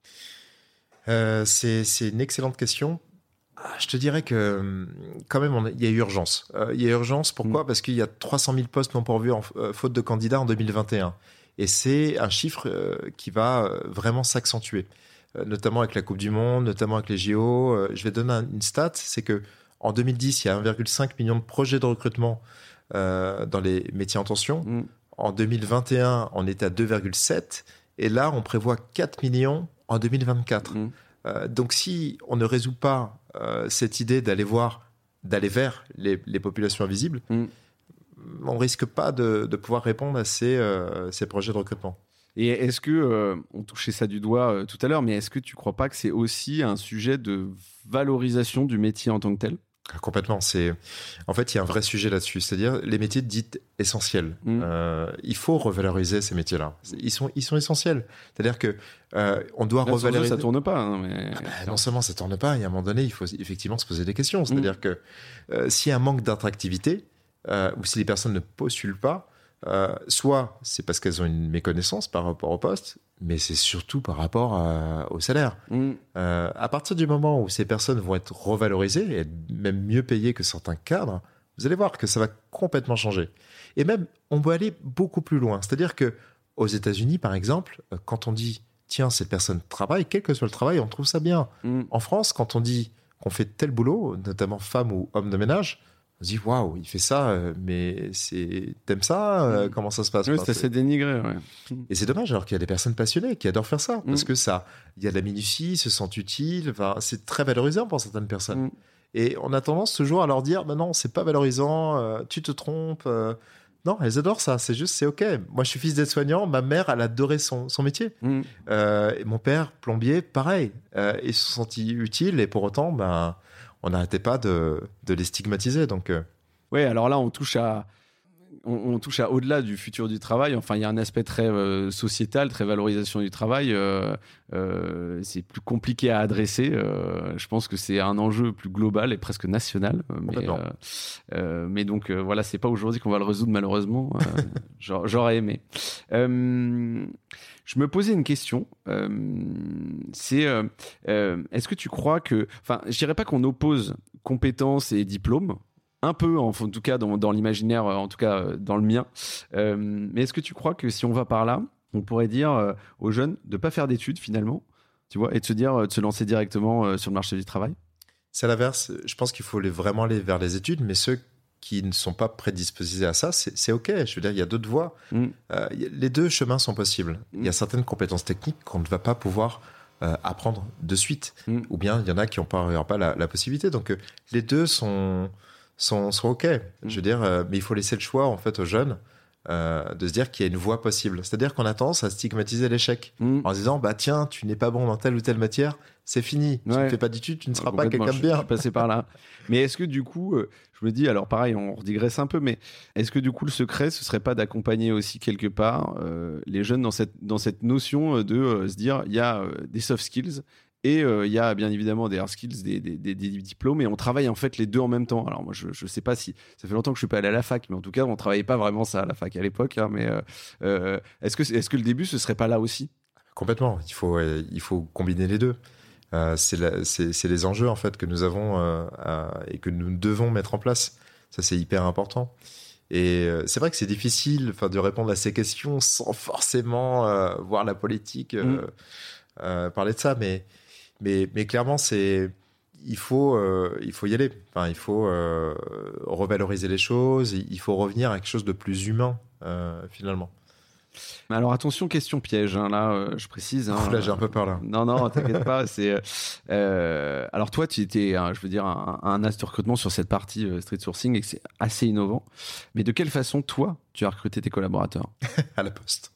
Euh, c'est, c'est une excellente question. Ah, je te dirais que quand même il y a urgence. Il euh, y a urgence pourquoi ? mmh. Parce qu'il y a trois cent mille postes non pourvus en euh, faute de candidats en deux mille vingt et un. Et c'est un chiffre euh, qui va euh, vraiment s'accentuer, euh, notamment avec la Coupe du Monde, notamment avec les J O. Euh, je vais donner un, une stat, c'est que en deux mille dix, il y a un virgule cinq million de projets de recrutement euh, dans les métiers en tension. Mmh. En deux mille vingt et un, on était à deux virgule sept. Et là, on prévoit quatre millions en deux mille vingt-quatre. Mmh. Euh, donc, si on ne résout pas euh, cette idée d'aller voir, d'aller vers les, les populations invisibles, mmh. on ne risque pas de, de pouvoir répondre à ces, euh, ces projets de recrutement. Et est-ce que, euh, on touchait ça du doigt euh, tout à l'heure, mais est-ce que tu ne crois pas que c'est aussi un sujet de valorisation du métier en tant que tel ? Complètement. C'est... En fait, il y a un vrai sujet là-dessus, c'est-à-dire les métiers dits essentiels. Mmh. Euh, il faut revaloriser ces métiers-là. Ils sont, ils sont essentiels. C'est-à-dire que euh, on doit là, revaloriser. Ça ne tourne pas. Hein, mais... ah bah, non seulement ça ne tourne pas, et à un moment donné, il faut effectivement se poser des questions. C'est-à-dire mmh. que euh, s'il y a un manque d'attractivité, Euh, ou si les personnes ne postulent pas, euh, soit c'est parce qu'elles ont une méconnaissance par rapport au poste, mais c'est surtout par rapport à, au salaire. Mmh. Euh, à partir du moment où ces personnes vont être revalorisées, et être même mieux payées que certains cadres, vous allez voir que ça va complètement changer. Et même, on peut aller beaucoup plus loin. C'est-à-dire que aux États-Unis, par exemple, quand on dit tiens, cette personne travaille, quel que soit le travail, on trouve ça bien. Mm. En France, quand on dit qu'on fait tel boulot, notamment femme ou homme de ménage, on se dit waouh, il fait ça, mais c'est t'aimes ça euh, Comment ça se passe? Oui, c'est assez dénigré. Ouais. Et c'est dommage, alors qu'il y a des personnes passionnées qui adorent faire ça, mm. parce que ça, il y a de la minutie, ils se sentent utiles. Enfin, c'est très valorisant pour certaines personnes. Mm. Et on a tendance toujours à leur dire, bah non, c'est pas valorisant, euh, tu te trompes. Euh... Non, elles adorent ça. C'est juste, c'est ok. Moi, je suis fils d'aide-soignant. Ma mère, elle adorait son, son métier. Mm. Euh, et mon père, plombier, pareil. Euh, ils se sont sentis utiles et pour autant, ben. On n'arrêtait pas de, de les stigmatiser. Donc, euh... oui, alors là, on touche à, on, on touche à au-delà du futur du travail. Enfin, il y a un aspect très euh, sociétal, très valorisation du travail. Euh, euh, c'est plus compliqué à adresser. Euh, je pense que c'est un enjeu plus global et presque national. Mais, euh, euh, mais donc, euh, voilà, c'est pas aujourd'hui qu'on va le résoudre, malheureusement. Euh, j'aurais aimé. Euh, Je me posais une question, euh, c'est euh, euh, est-ce que tu crois que, enfin, je dirais pas qu'on oppose compétences et diplômes, un peu en, en tout cas dans, dans l'imaginaire, en tout cas dans le mien, euh, mais est-ce que tu crois que si on va par là, on pourrait dire euh, aux jeunes de pas faire d'études finalement, tu vois, et de se dire de se lancer directement euh, sur le marché du travail? C'est à l'inverse. Je pense qu'il faut aller, vraiment aller vers les études, mais ceux qui ne sont pas prédisposés à ça, c'est, c'est ok. Je veux dire, il y a d'autres voies. Mm. Euh, les deux chemins sont possibles. Mm. Il y a certaines compétences techniques qu'on ne va pas pouvoir euh, apprendre de suite. Mm. Ou bien, il y en a qui n'ont pas, pas la, la possibilité. Donc, euh, les deux sont, sont, sont ok. Mm. Je veux dire, euh, mais il faut laisser le choix, en fait, aux jeunes euh, de se dire qu'il y a une voie possible. C'est-à-dire qu'on a tendance à stigmatiser l'échec. Mm. En se disant, bah tiens, tu n'es pas bon dans telle ou telle matière, c'est fini. Ouais. Tu ne fais pas d'études, tu ne seras pas quelqu'un de bien. Je suis passé par là. Mais est-ce que du coup, euh, je me dis, alors pareil, on redigresse un peu, mais est-ce que du coup, le secret, ce serait pas d'accompagner aussi quelque part euh, les jeunes dans cette, dans cette notion de euh, se dire, il y a euh, des soft skills et il euh, y a bien évidemment des hard skills, des, des, des, des diplômes, et on travaille en fait les deux en même temps. Alors moi, je, je sais pas si, ça fait longtemps que je suis pas allé à la fac, mais en tout cas, on travaillait pas vraiment ça à la fac à l'époque. Hein, mais euh, euh, est-ce que, est-ce que le début, ce serait pas là aussi? Complètement. Il faut, euh, il faut combiner les deux. Euh, c'est, la, c'est, c'est les enjeux en fait que nous avons euh, à, et que nous devons mettre en place. Ça, c'est hyper important. Et euh, c'est vrai que c'est difficile, enfin, de répondre à ces questions sans forcément euh, voir la politique euh, mmh. euh, parler de ça. Mais, mais, mais clairement, c'est il faut, euh, il faut y aller. Enfin, il faut euh, revaloriser les choses. Il faut revenir à quelque chose de plus humain euh, finalement. Alors attention, question piège, hein, là euh, je précise. Hein, oh, là j'ai un peu peur là. Non, non, t'inquiète pas. C'est, euh, alors toi tu étais, hein, je veux dire, un, un as de recrutement sur cette partie euh, street sourcing et que c'est assez innovant. Mais de quelle façon toi tu as recruté tes collaborateurs? À la poste.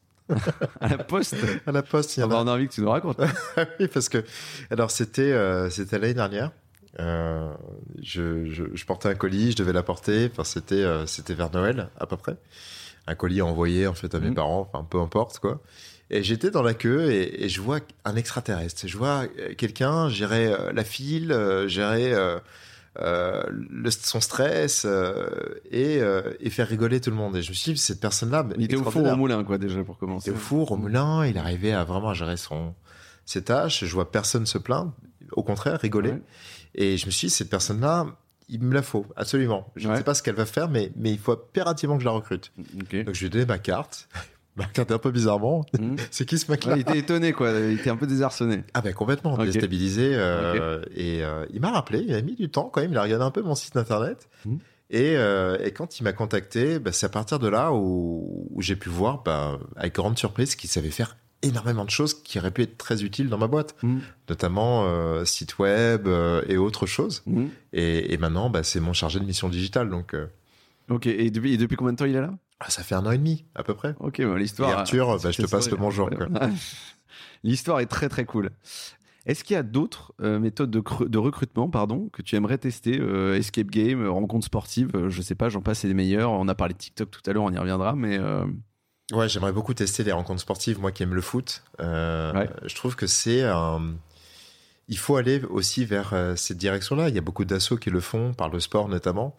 À la poste. À la poste, il y en a. On a envie que tu nous racontes. Oui, parce que alors c'était, euh, c'était l'année dernière. Euh, je, je, je portais un colis, je devais l'apporter. Enfin, c'était, euh, c'était vers Noël à peu près. Un colis envoyé en fait à mes mmh. parents, enfin peu importe quoi. Et j'étais dans la queue et, et je vois un extraterrestre. Je vois quelqu'un gérer euh, la file, euh, gérer euh, euh, le, son stress euh, et, euh, et faire rigoler tout le monde. Et je me suis dit, cette personne-là, il était au four au moulin quoi déjà pour commencer. Il était au four au moulin, il arrivait à vraiment gérer son ses tâches. Je vois personne se plaindre, au contraire rigoler. Ouais. Et je me suis dit, cette personne-là, il me la faut, absolument. Je ouais. ne sais pas ce qu'elle va faire, mais, mais il faut impérativement que je la recrute. Okay. Donc, je lui ai donné ma carte. Ma carte est un peu bizarrement. Mmh. C'est qui ce mec-là? Ouais, il était étonné, quoi. Il était un peu désarçonné. Ah ben complètement, okay. déstabilisé. Euh, okay. Et euh, il m'a rappelé, il a mis du temps quand même. Il a regardé un peu mon site internet. Mmh. Et, euh, et quand il m'a contacté, bah, c'est à partir de là où, où j'ai pu voir, bah, avec grande surprise, qu'il savait faire énormément de choses qui auraient pu être très utiles dans ma boîte, mmh. notamment euh, site web euh, et autres choses. Mmh. Et, et maintenant, bah, c'est mon chargé de mission digitale. Donc, euh... ok. Et depuis, et depuis combien de temps il est là? Ah, ça fait un an et demi à peu près. Ok, bah, l'histoire. Et Arthur, bah, je te passe le bonjour. Quoi. L'histoire est très très cool. Est-ce qu'il y a d'autres euh, méthodes de, cre- de recrutement, pardon, que tu aimerais tester? euh, Escape game, rencontres sportives, euh, je sais pas, j'en passe, c'est les meilleurs. On a parlé de TikTok tout à l'heure, on y reviendra, mais. Euh... Ouais, j'aimerais beaucoup tester les rencontres sportives, moi qui aime le foot. Euh, ouais. Je trouve que c'est un... Il faut aller aussi vers euh, cette direction-là. Il y a beaucoup d'assos qui le font, par le sport notamment.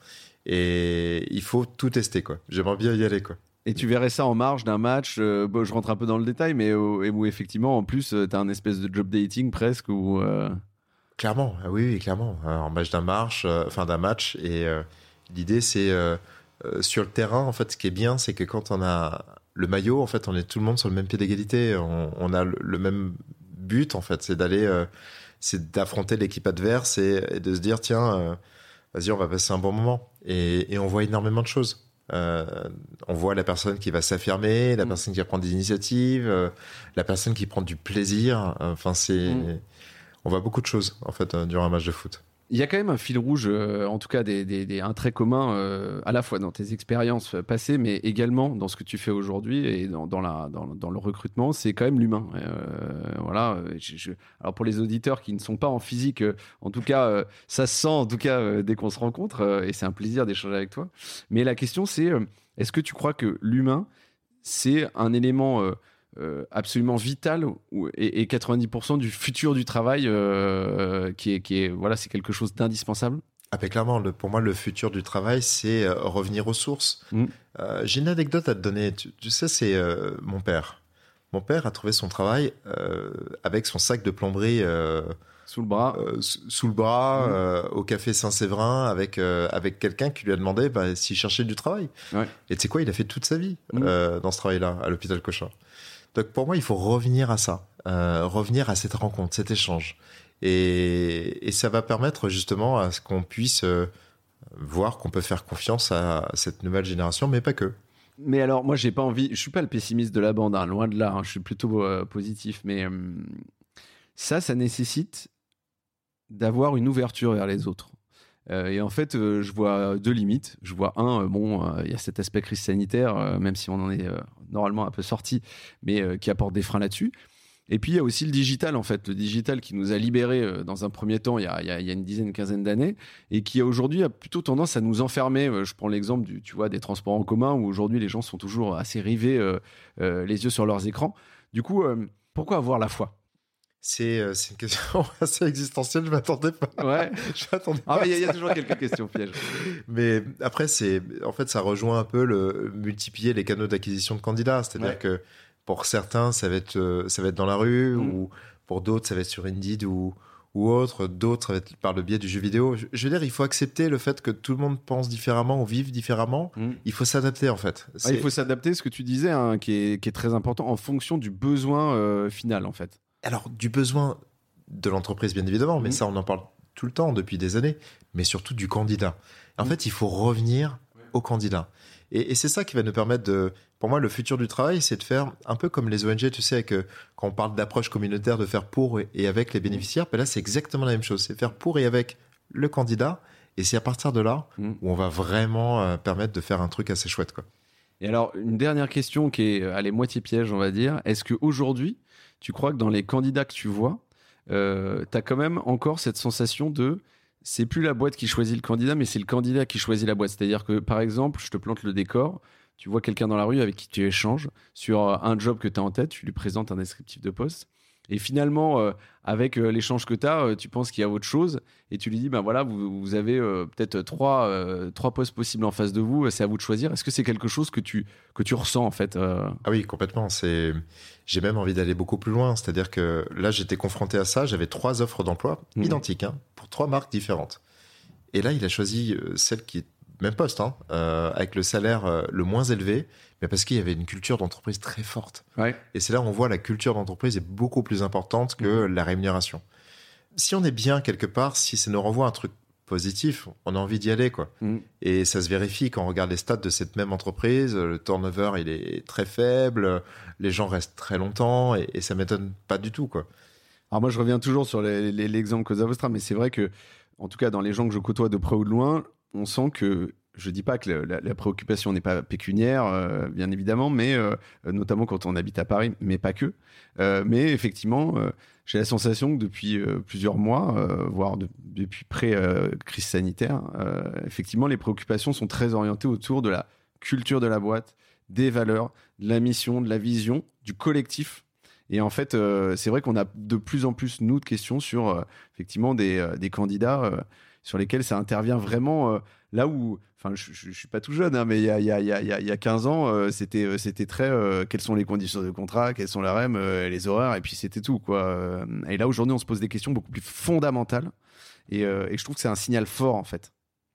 Et il faut tout tester, quoi. J'aimerais bien y aller, quoi. Et tu verrais ça en marge d'un match, euh, bon, je rentre un peu dans le détail, mais où, où effectivement, en plus, euh, tu as un espèce de job dating presque. Où, euh... Clairement, ah oui, oui, clairement. Euh, en match d'un, marche, euh, enfin, d'un match. Et euh, l'idée, c'est... Euh, Euh, sur le terrain, en fait, ce qui est bien, c'est que quand on a le maillot, en fait, on est tout le monde sur le même pied d'égalité. On, on a le, le même but, en fait, c'est d'aller, euh, c'est d'affronter l'équipe adverse et, et de se dire, tiens, euh, vas-y, on va passer un bon moment. Et, et on voit énormément de choses. Euh, on voit la personne qui va s'affirmer, la mmh. personne qui va prendre des initiatives, euh, la personne qui prend du plaisir. Enfin, c'est, mmh. on voit beaucoup de choses, en fait, euh, durant un match de foot. Il y a quand même un fil rouge, euh, en tout cas des, des, des, un trait commun, euh, à la fois dans tes expériences passées, mais également dans ce que tu fais aujourd'hui et dans, dans, la, dans, dans le recrutement, c'est quand même l'humain. Euh, voilà. Je, je... Alors pour les auditeurs qui ne sont pas en physique, euh, en tout cas, euh, ça se sent en tout cas euh, dès qu'on se rencontre, euh, et c'est un plaisir d'échanger avec toi. Mais la question c'est, euh, est-ce que tu crois que l'humain, c'est un élément... Euh, Euh, absolument vital et, et quatre-vingt-dix pour cent du futur du travail euh, qui est, qui est voilà, c'est quelque chose d'indispensable. Ah ben clairement, le, pour moi, le futur du travail, c'est euh, revenir aux sources. Mmh. Euh, j'ai une anecdote à te donner. Tu, tu sais, c'est euh, mon père. Mon père a trouvé son travail euh, avec son sac de plomberie euh, sous le bras, euh, sous le bras, mmh. euh, au café Saint-Séverin, avec euh, avec quelqu'un qui lui a demandé bah, s'il cherchait du travail. Ouais. Et tu sais quoi, il a fait toute sa vie mmh. euh, dans ce travail-là, à l'hôpital Cochin. Donc pour moi, il faut revenir à ça, euh, revenir à cette rencontre, cet échange. Et, et ça va permettre justement à ce qu'on puisse euh, voir qu'on peut faire confiance à cette nouvelle génération, mais pas que. Mais alors, moi, j'ai pas envie, je suis pas le pessimiste de la bande, hein, loin de là, hein, je suis plutôt euh, positif, mais euh, ça, ça nécessite d'avoir une ouverture vers les autres. Euh, et en fait, euh, je vois deux limites. Je vois un, euh, bon, il euh, y a cet aspect crise sanitaire, euh, même si on en est euh, normalement un peu sorti, mais euh, qui apporte des freins là-dessus. Et puis, il y a aussi le digital, en fait. Le digital qui nous a libérés euh, dans un premier temps, il y a, y, a, y a une dizaine, une quinzaine d'années, et qui aujourd'hui a plutôt tendance à nous enfermer. Euh, je prends l'exemple du, tu vois, des transports en commun, où aujourd'hui, les gens sont toujours assez rivés, euh, euh, les yeux sur leurs écrans. Du coup, euh, pourquoi avoir la foi ? C'est, euh, c'est une question assez existentielle, je ne m'attendais pas. Ouais. je m'attendais ah, pas. Il y, y a toujours quelques questions pièges. Mais après, c'est, en fait, ça rejoint un peu le multiplier les canaux d'acquisition de candidats. C'est-à-dire ouais. que pour certains, ça va être, ça va être dans la rue, mmh. ou pour d'autres, ça va être sur Indeed ou, ou autre. D'autres, ça va être par le biais du jeu vidéo. Je, je veux dire, il faut accepter le fait que tout le monde pense différemment ou vive différemment. Mmh. Il faut s'adapter, en fait. C'est... Ah, il faut s'adapter, ce que tu disais, hein, qui est, qui est très important, en fonction du besoin euh, final, en fait. Alors, du besoin de l'entreprise, bien évidemment, mais mmh. ça, on en parle tout le temps depuis des années, mais surtout du candidat. En mmh. fait, il faut revenir au candidat. Et, et c'est ça qui va nous permettre de... Pour moi, le futur du travail, c'est de faire un peu comme les O N G, tu sais, avec, quand on parle d'approche communautaire, de faire pour et avec les bénéficiaires, ben là, c'est exactement la même chose. C'est faire pour et avec le candidat, et c'est à partir de là mmh. où on va vraiment euh, permettre de faire un truc assez chouette, quoi. Et alors, une dernière question qui est, allez, moitié piège, on va dire. Est-ce qu'aujourd'hui, tu crois que dans les candidats que tu vois, euh, tu as quand même encore cette sensation de c'est plus la boîte qui choisit le candidat, mais c'est le candidat qui choisit la boîte. C'est-à-dire que, par exemple, je te plante le décor, tu vois quelqu'un dans la rue avec qui tu échanges sur un job que tu as en tête, tu lui présentes un descriptif de poste, et finalement, euh, avec euh, l'échange que tu as, euh, tu penses qu'il y a autre chose, et tu lui dis, ben voilà, vous, vous avez euh, peut-être trois, euh, trois postes possibles en face de vous, c'est à vous de choisir. Est-ce que c'est quelque chose que tu, que tu ressens, en fait euh... Ah oui, complètement. C'est... J'ai même envie d'aller beaucoup plus loin. C'est-à-dire que là, j'étais confronté à ça. J'avais trois offres d'emploi mmh. identiques, hein, pour trois marques différentes. Et là, il a choisi celle qui est même poste, hein, euh, avec le salaire euh, le moins élevé, mais parce qu'il y avait une culture d'entreprise très forte. Ouais. Et c'est là où on voit la culture d'entreprise est beaucoup plus importante que mmh. la rémunération. Si on est bien quelque part, si ça nous renvoie un truc positif, on a envie d'y aller, quoi. Mmh. Et ça se vérifie quand on regarde les stats de cette même entreprise. Le turnover, il est très faible, les gens restent très longtemps, et, et ça m'étonne pas du tout, quoi. Alors moi, je reviens toujours sur les, les, l'exemple Cosa Vostra, mais c'est vrai que, en tout cas, dans les gens que je côtoie de près ou de loin, on sent que, je dis pas que la, la préoccupation n'est pas pécuniaire, euh, bien évidemment, mais euh, notamment quand on habite à Paris, mais pas que. Euh, mais effectivement, euh, j'ai la sensation que depuis euh, plusieurs mois, euh, voire de, depuis pré-crise sanitaire, euh, effectivement, les préoccupations sont très orientées autour de la culture de la boîte, des valeurs, de la mission, de la vision, du collectif. Et en fait, euh, c'est vrai qu'on a de plus en plus, nous, de questions sur, euh, effectivement, des, euh, des candidats euh, sur lesquels ça intervient vraiment euh, là où... Enfin, je ne suis pas tout jeune, hein, mais il y a, y, a, y, a, y a quinze ans, euh, c'était, euh, c'était très... Euh, quelles sont les conditions de contrat, quels sont les R E M, euh, les horaires, et puis c'était tout, quoi. Et là, aujourd'hui, on se pose des questions beaucoup plus fondamentales. Et, euh, et je trouve que c'est un signal fort, en fait.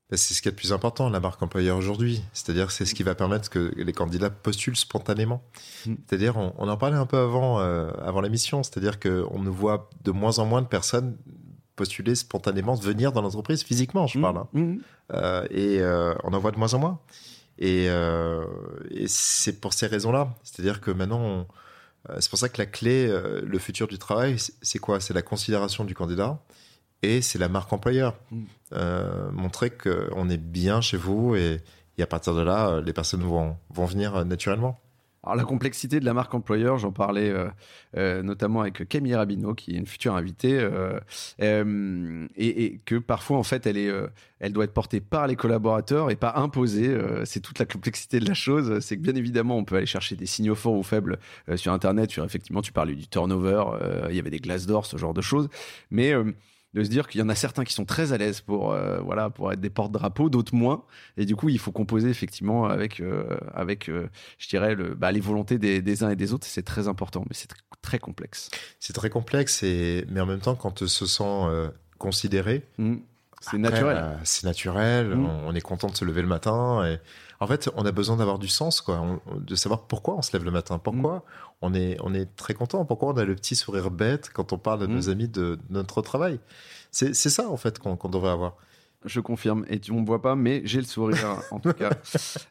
C'est ce qui est le plus important, la marque employeur aujourd'hui. C'est-à-dire c'est ce qui va permettre que les candidats postulent spontanément. Mmh. C'est-à-dire, on, on en parlait un peu avant, euh, avant l'émission, c'est-à-dire qu'on nous voit de moins en moins de personnes postuler spontanément, venir dans l'entreprise physiquement, je parle. Hein. Mmh. Euh, et euh, on en voit de moins en moins. Et, euh, et c'est pour ces raisons-là. C'est-à-dire que maintenant, on, euh, c'est pour ça que la clé, euh, le futur du travail, c'est quoi ? C'est la considération du candidat. Et c'est la marque employeur. Mmh. Euh, montrer qu'on est bien chez vous et, et à partir de là, les personnes vont, vont venir naturellement. Alors la complexité de la marque employeur, j'en parlais euh, euh, notamment avec Camille Rabineau, qui est une future invitée, euh, euh, et, et que parfois en fait elle, est, euh, elle doit être portée par les collaborateurs et pas imposée. Euh, c'est toute la complexité de la chose. C'est que bien évidemment on peut aller chercher des signaux forts ou faibles euh, sur Internet. Sur, effectivement, tu parlais du turnover, euh, il y avait des Glassdoor, ce genre de choses. Mais euh, de se dire qu'il y en a certains qui sont très à l'aise pour, euh, voilà, pour être des porte-drapeaux, d'autres moins. Et du coup, il faut composer effectivement avec, euh, avec euh, je dirais, le, bah, les volontés des, des uns et des autres. C'est très important, mais c'est tr- très complexe. C'est très complexe, et, mais en même temps, quand on se sent euh, considéré, mmh. c'est après, naturel. Euh, c'est naturel, mmh. on, on est content de se lever le matin. Et... En fait, on a besoin d'avoir du sens, quoi, on, de savoir pourquoi on se lève le matin, pourquoi mmh. on, est, on est très content, pourquoi on a le petit sourire bête quand on parle à mmh. nos amis de, de notre travail. C'est, c'est ça, en fait, qu'on, qu'on devrait avoir. Je confirme, et tu ne me vois pas, mais j'ai le sourire, en tout cas.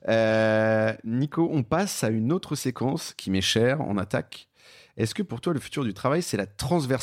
Euh, Nico, on passe à une autre séquence qui m'est chère, on attaque. Est-ce que pour toi, le futur du travail, c'est la transversalité ?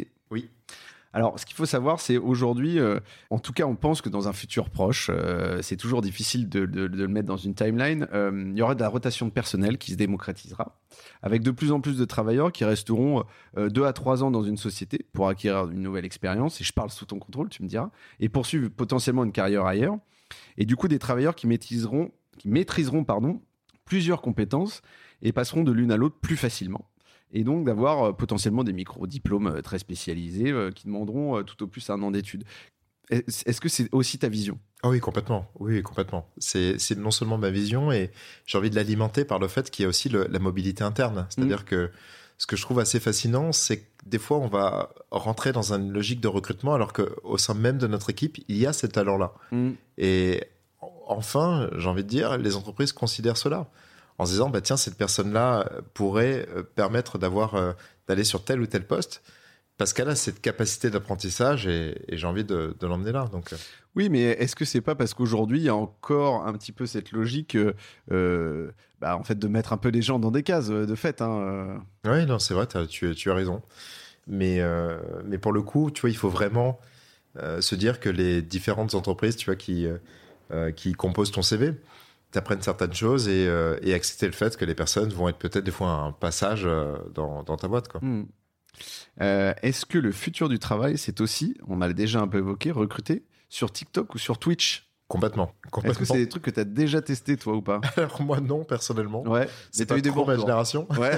Oui. Alors, ce qu'il faut savoir, c'est aujourd'hui, euh, en tout cas, on pense que dans un futur proche, euh, c'est toujours difficile de, de, de le mettre dans une timeline, euh, il y aura de la rotation de personnel qui se démocratisera, avec de plus en plus de travailleurs qui resteront euh, deux à trois ans dans une société pour acquérir une nouvelle expérience, et je parle sous ton contrôle, tu me diras, et poursuivre potentiellement une carrière ailleurs, et du coup, des travailleurs qui maîtriseront, qui maîtriseront pardon, plusieurs compétences et passeront de l'une à l'autre plus facilement. Et donc d'avoir euh, potentiellement des micro-diplômes euh, très spécialisés euh, qui demanderont euh, tout au plus un an d'études. Est-ce, est-ce que c'est aussi ta vision ? Ah oui, complètement. Oui, complètement. C'est, c'est non seulement ma vision, et j'ai envie de l'alimenter par le fait qu'il y a aussi le, la mobilité interne. C'est-à-dire mmh. que ce que je trouve assez fascinant, c'est que des fois, on va rentrer dans une logique de recrutement alors qu'au sein même de notre équipe, il y a ces talents-là. Mmh. Et enfin, j'ai envie de dire, les entreprises considèrent cela. En se disant, bah, tiens, cette personne-là pourrait permettre d'avoir, euh, d'aller sur tel ou tel poste, parce qu'elle a cette capacité d'apprentissage, et, et j'ai envie de, de l'emmener là. Donc. Oui, mais est-ce que c'est pas parce qu'aujourd'hui, il y a encore un petit peu cette logique euh, bah, en fait, de mettre un peu les gens dans des cases, de fait hein. Oui, non, c'est vrai, tu, tu as raison. Mais, euh, mais pour le coup, tu vois, il faut vraiment euh, se dire que les différentes entreprises, tu vois, qui, euh, qui composent ton C V, t'apprennent certaines choses, et, euh, et accepter le fait que les personnes vont être peut-être des fois un passage euh, dans, dans ta boîte, quoi. Mmh. Euh, est-ce que le futur du travail, c'est aussi, on a déjà un peu évoqué, recruter sur TikTok ou sur Twitch ? Complètement. Complètement. Est-ce que c'est des trucs que tu as déjà testé, toi, ou pas ? Alors moi, non, personnellement. Ouais. C'est pas trop ma génération. Ouais.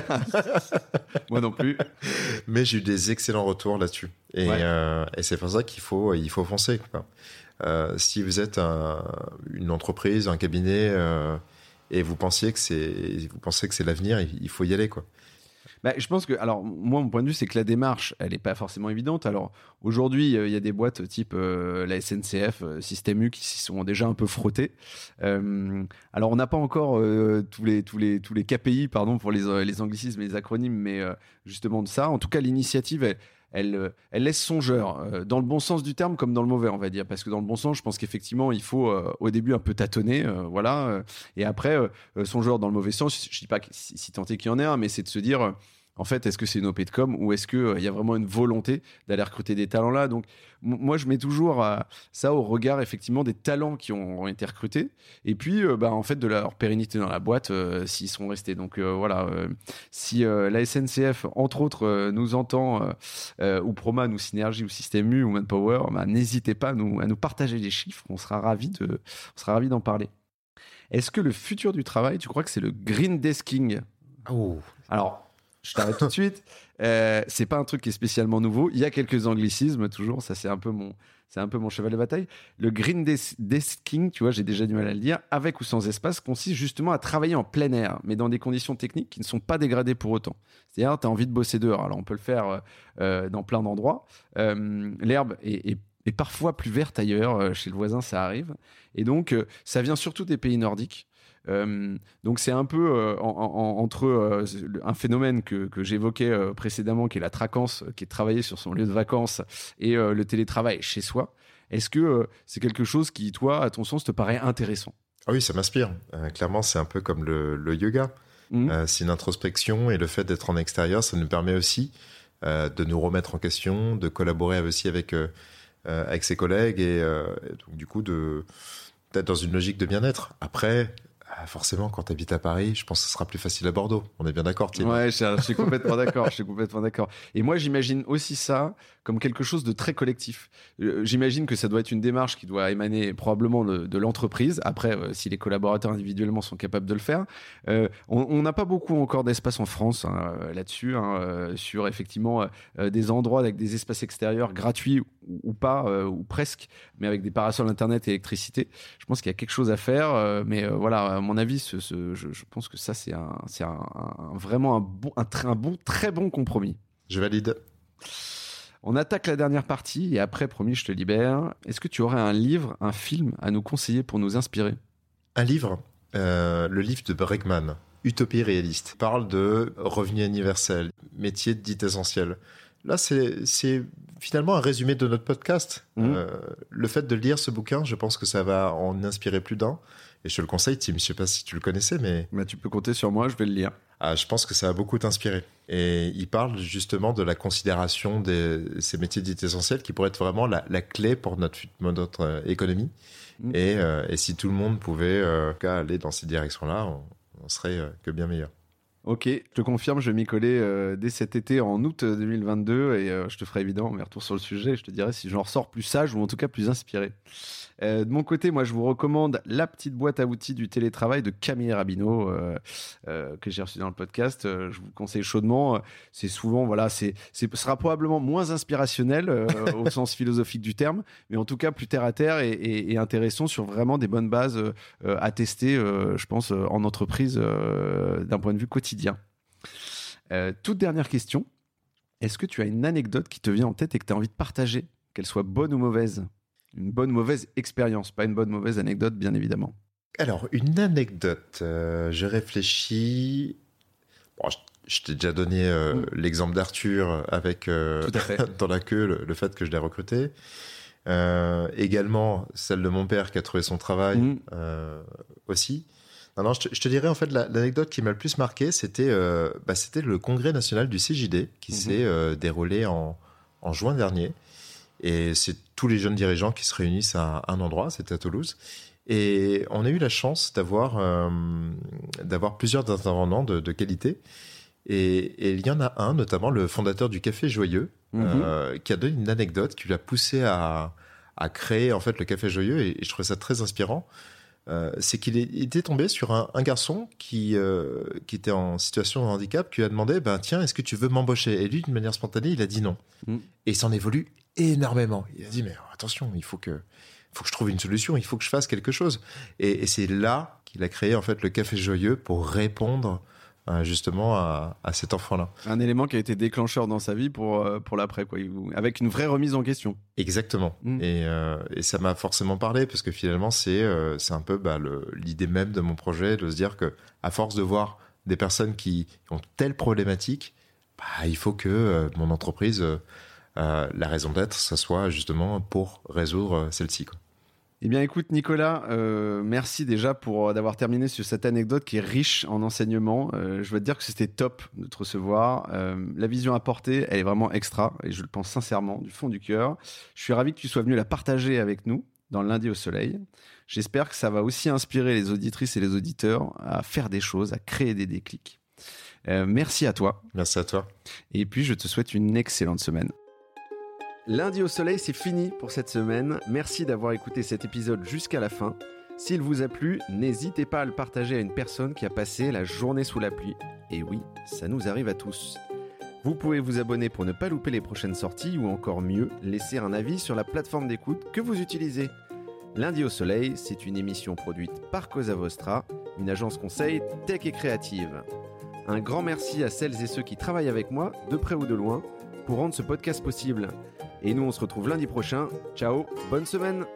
Moi non plus. Mais j'ai eu des excellents retours là-dessus. Et, ouais. euh, et c'est pour ça qu'il faut, il faut foncer, quoi. Euh, si vous êtes un, une entreprise, un cabinet, euh, et vous pensiez que c'est, vous pensez que c'est l'avenir, il faut y aller, quoi. Bah, je pense que, alors, moi, mon point de vue, c'est que la démarche, elle n'est pas forcément évidente. Alors, aujourd'hui, il euh, y a des boîtes type euh, la S N C F, euh, Système U, qui s'y sont déjà un peu frottés. Euh, alors, on n'a pas encore euh, tous, les, tous, les, tous les K P I, pardon, pour les, les anglicismes et les acronymes, mais euh, justement de ça. En tout cas, l'initiative, elle, elle, elle laisse songeur, euh, dans le bon sens du terme comme dans le mauvais, on va dire. Parce que dans le bon sens, je pense qu'effectivement, il faut euh, au début un peu tâtonner, euh, voilà. Euh, et après, euh, songeur dans le mauvais sens, je ne dis pas que, si, si tant est qu'il y en ait un, mais c'est de se dire... Euh, en fait, est-ce que c'est une O P de com, ou est-ce qu'il euh, y a vraiment une volonté d'aller recruter des talents là ? Donc, m- moi, je mets toujours euh, ça au regard, effectivement, des talents qui ont, ont été recrutés, et puis, euh, bah, en fait, de leur pérennité dans la boîte, euh, s'ils sont restés. Donc, euh, voilà, euh, si euh, la S N C F, entre autres, euh, nous entend, euh, euh, ou Proman, ou Synergie, ou Système U, ou Manpower, bah, n'hésitez pas à nous, à nous partager les chiffres, on sera ravis de, on sera ravis d'en parler. Est-ce que le futur du travail, tu crois que c'est le green desking ? Oh. Alors... Je t'arrête tout de suite. Euh, c'est pas un truc qui est spécialement nouveau. Il y a quelques anglicismes toujours. Ça, c'est un peu mon, c'est un peu mon cheval de bataille. Le green des- desking, tu vois, j'ai déjà du mal à le dire, avec ou sans espace, consiste justement à travailler en plein air, mais dans des conditions techniques qui ne sont pas dégradées pour autant. C'est-à-dire, tu as envie de bosser dehors. Alors, on peut le faire euh, dans plein d'endroits. Euh, l'herbe est, est et parfois plus verte ailleurs. Euh, chez le voisin, ça arrive. Et donc, euh, ça vient surtout des pays nordiques. Euh, donc c'est un peu euh, en, en, entre euh, un phénomène que, que j'évoquais euh, précédemment, qui est la tracance, qui est de travailler sur son lieu de vacances, et euh, le télétravail chez soi. Est-ce que euh, c'est quelque chose qui, toi, à ton sens, te paraît intéressant ? Ah oui, ça m'inspire. Euh, clairement, c'est un peu comme le, le yoga. Mmh. Euh, c'est une introspection, et le fait d'être en extérieur, ça nous permet aussi euh, de nous remettre en question, de collaborer aussi avec, euh, euh, avec ses collègues, et, euh, et donc du coup de, d'être dans une logique de bien-être. Après, forcément, quand tu habites à Paris, je pense que ce sera plus facile à Bordeaux. On est bien d'accord, Tim ? Ouais, je, je suis complètement d'accord. Je suis complètement d'accord. Et moi, j'imagine aussi ça comme quelque chose de très collectif. Euh, j'imagine que ça doit être une démarche qui doit émaner probablement de, de l'entreprise. Après, euh, si les collaborateurs individuellement sont capables de le faire, euh, on n'a pas beaucoup encore d'espace en France hein, là-dessus, hein, euh, sur effectivement euh, des endroits avec des espaces extérieurs gratuits ou, ou pas, euh, ou presque, mais avec des parasols internet et électricité. Je pense qu'il y a quelque chose à faire, euh, mais euh, voilà, à mon avis, ce, ce, je, je pense que ça, c'est, un, c'est un, un, vraiment un bon, un, un bon, très bon compromis. Je valide. On attaque la dernière partie et après, promis, je te libère. Est-ce que tu aurais un livre, un film à nous conseiller pour nous inspirer ? Un livre, euh, le livre de Bregman, Utopie réaliste, parle de revenu universel, métier dit essentiel. Là, c'est, c'est finalement un résumé de notre podcast. Mmh. Euh, le fait de lire ce bouquin, je pense que ça va en inspirer plus d'un. Et je te le conseille, Tim, je ne sais pas si tu le connaissais, mais... Bah, tu peux compter sur moi, je vais le lire. Ah, je pense que ça va beaucoup t'inspirer. Et il parle justement de la considération de ces métiers dits essentiels qui pourraient être vraiment la, la clé pour notre, notre euh, économie. Mmh. Et, euh, et si tout le monde pouvait euh, aller dans ces directions-là, on, on serait euh, que bien meilleur. Ok, je te confirme, je vais m'y coller euh, dès cet été en août deux mille vingt-deux et euh, je te ferai évidemment mes retours sur le sujet et je te dirai si j'en ressors plus sage ou en tout cas plus inspiré. Euh, de mon côté, moi je vous recommande la petite boîte à outils du télétravail de Camille Rabineau euh, euh, que j'ai reçu dans le podcast. Euh, je vous conseille chaudement. C'est souvent, voilà, c'est, c'est ce sera probablement moins inspirationnel euh, au sens philosophique du terme, mais en tout cas plus terre à terre et, et, et intéressant sur vraiment des bonnes bases euh, à tester, euh, je pense, euh, en entreprise euh, d'un point de vue quotidien. Euh, toute dernière question. Est-ce que tu as une anecdote qui te vient en tête et que tu as envie de partager, qu'elle soit bonne ou mauvaise ? Une bonne ou mauvaise expérience, pas une bonne ou mauvaise anecdote, bien évidemment. Alors, une anecdote, euh, je réfléchis... Bon, je, je t'ai déjà donné euh, mmh. l'exemple d'Arthur avec, euh, Tout à fait. dans la queue, le, le fait que je l'ai recruté. Euh, également, celle de mon père qui a trouvé son travail mmh. euh, aussi. Non, non, je te, je te dirais, en fait, la, l'anecdote qui m'a le plus marqué, c'était, euh, bah, c'était le congrès national du C J D qui mmh. s'est euh, déroulé en, en juin dernier. Et c'est tous les jeunes dirigeants qui se réunissent à un endroit, c'était à Toulouse. Et on a eu la chance d'avoir, euh, d'avoir plusieurs intervenants de, de qualité. Et, et il y en a un, notamment le fondateur du Café Joyeux, mmh. euh, qui a donné une anecdote qui l'a poussé à, à créer en fait, le Café Joyeux. Et, et je trouvais ça très inspirant. Euh, c'est qu'il est, il était tombé sur un, un garçon qui, euh, qui était en situation de handicap, qui lui a demandé ben, « Tiens, est-ce que tu veux m'embaucher ?» Et lui, d'une manière spontanée, il a dit non. Mmh. Et il s'en évolue énormément. Il a dit « Mais attention, il faut que, il faut que je trouve une solution, il faut que je fasse quelque chose. » Et, et c'est là qu'il a créé en fait, le Café Joyeux pour répondre euh, justement à, à cet enfant-là. Un élément qui a été déclencheur dans sa vie pour, pour l'après, quoi, avec une vraie remise en question. Exactement. Mmh. Et, euh, et ça m'a forcément parlé parce que finalement, c'est, euh, c'est un peu bah, le, l'idée même de mon projet de se dire qu'à force de voir des personnes qui ont telle problématique, bah, il faut que euh, mon entreprise, euh, euh, la raison d'être, ça soit justement pour résoudre euh, celle-ci, quoi. Eh bien, écoute, Nicolas, euh, merci déjà pour d'avoir terminé sur cette anecdote qui est riche en enseignements. Euh, je veux te dire que c'était top de te recevoir. Euh, la vision apportée, elle est vraiment extra, et je le pense sincèrement, du fond du cœur. Je suis ravi que tu sois venu la partager avec nous dans le Lundi au Soleil. J'espère que ça va aussi inspirer les auditrices et les auditeurs à faire des choses, à créer des déclics. Euh, merci à toi. Merci à toi. Et puis, je te souhaite une excellente semaine. Lundi au Soleil, c'est fini pour cette semaine. Merci d'avoir écouté cet épisode jusqu'à la fin. S'il vous a plu, n'hésitez pas à le partager à une personne qui a passé la journée sous la pluie. Et oui, ça nous arrive à tous. Vous pouvez vous abonner pour ne pas louper les prochaines sorties ou encore mieux, laisser un avis sur la plateforme d'écoute que vous utilisez. Lundi au Soleil, c'est une émission produite par Cosa Vostra, une agence conseil tech et créative. Un grand merci à celles et ceux qui travaillent avec moi, de près ou de loin, pour rendre ce podcast possible. Et nous, on se retrouve lundi prochain. Ciao, bonne semaine.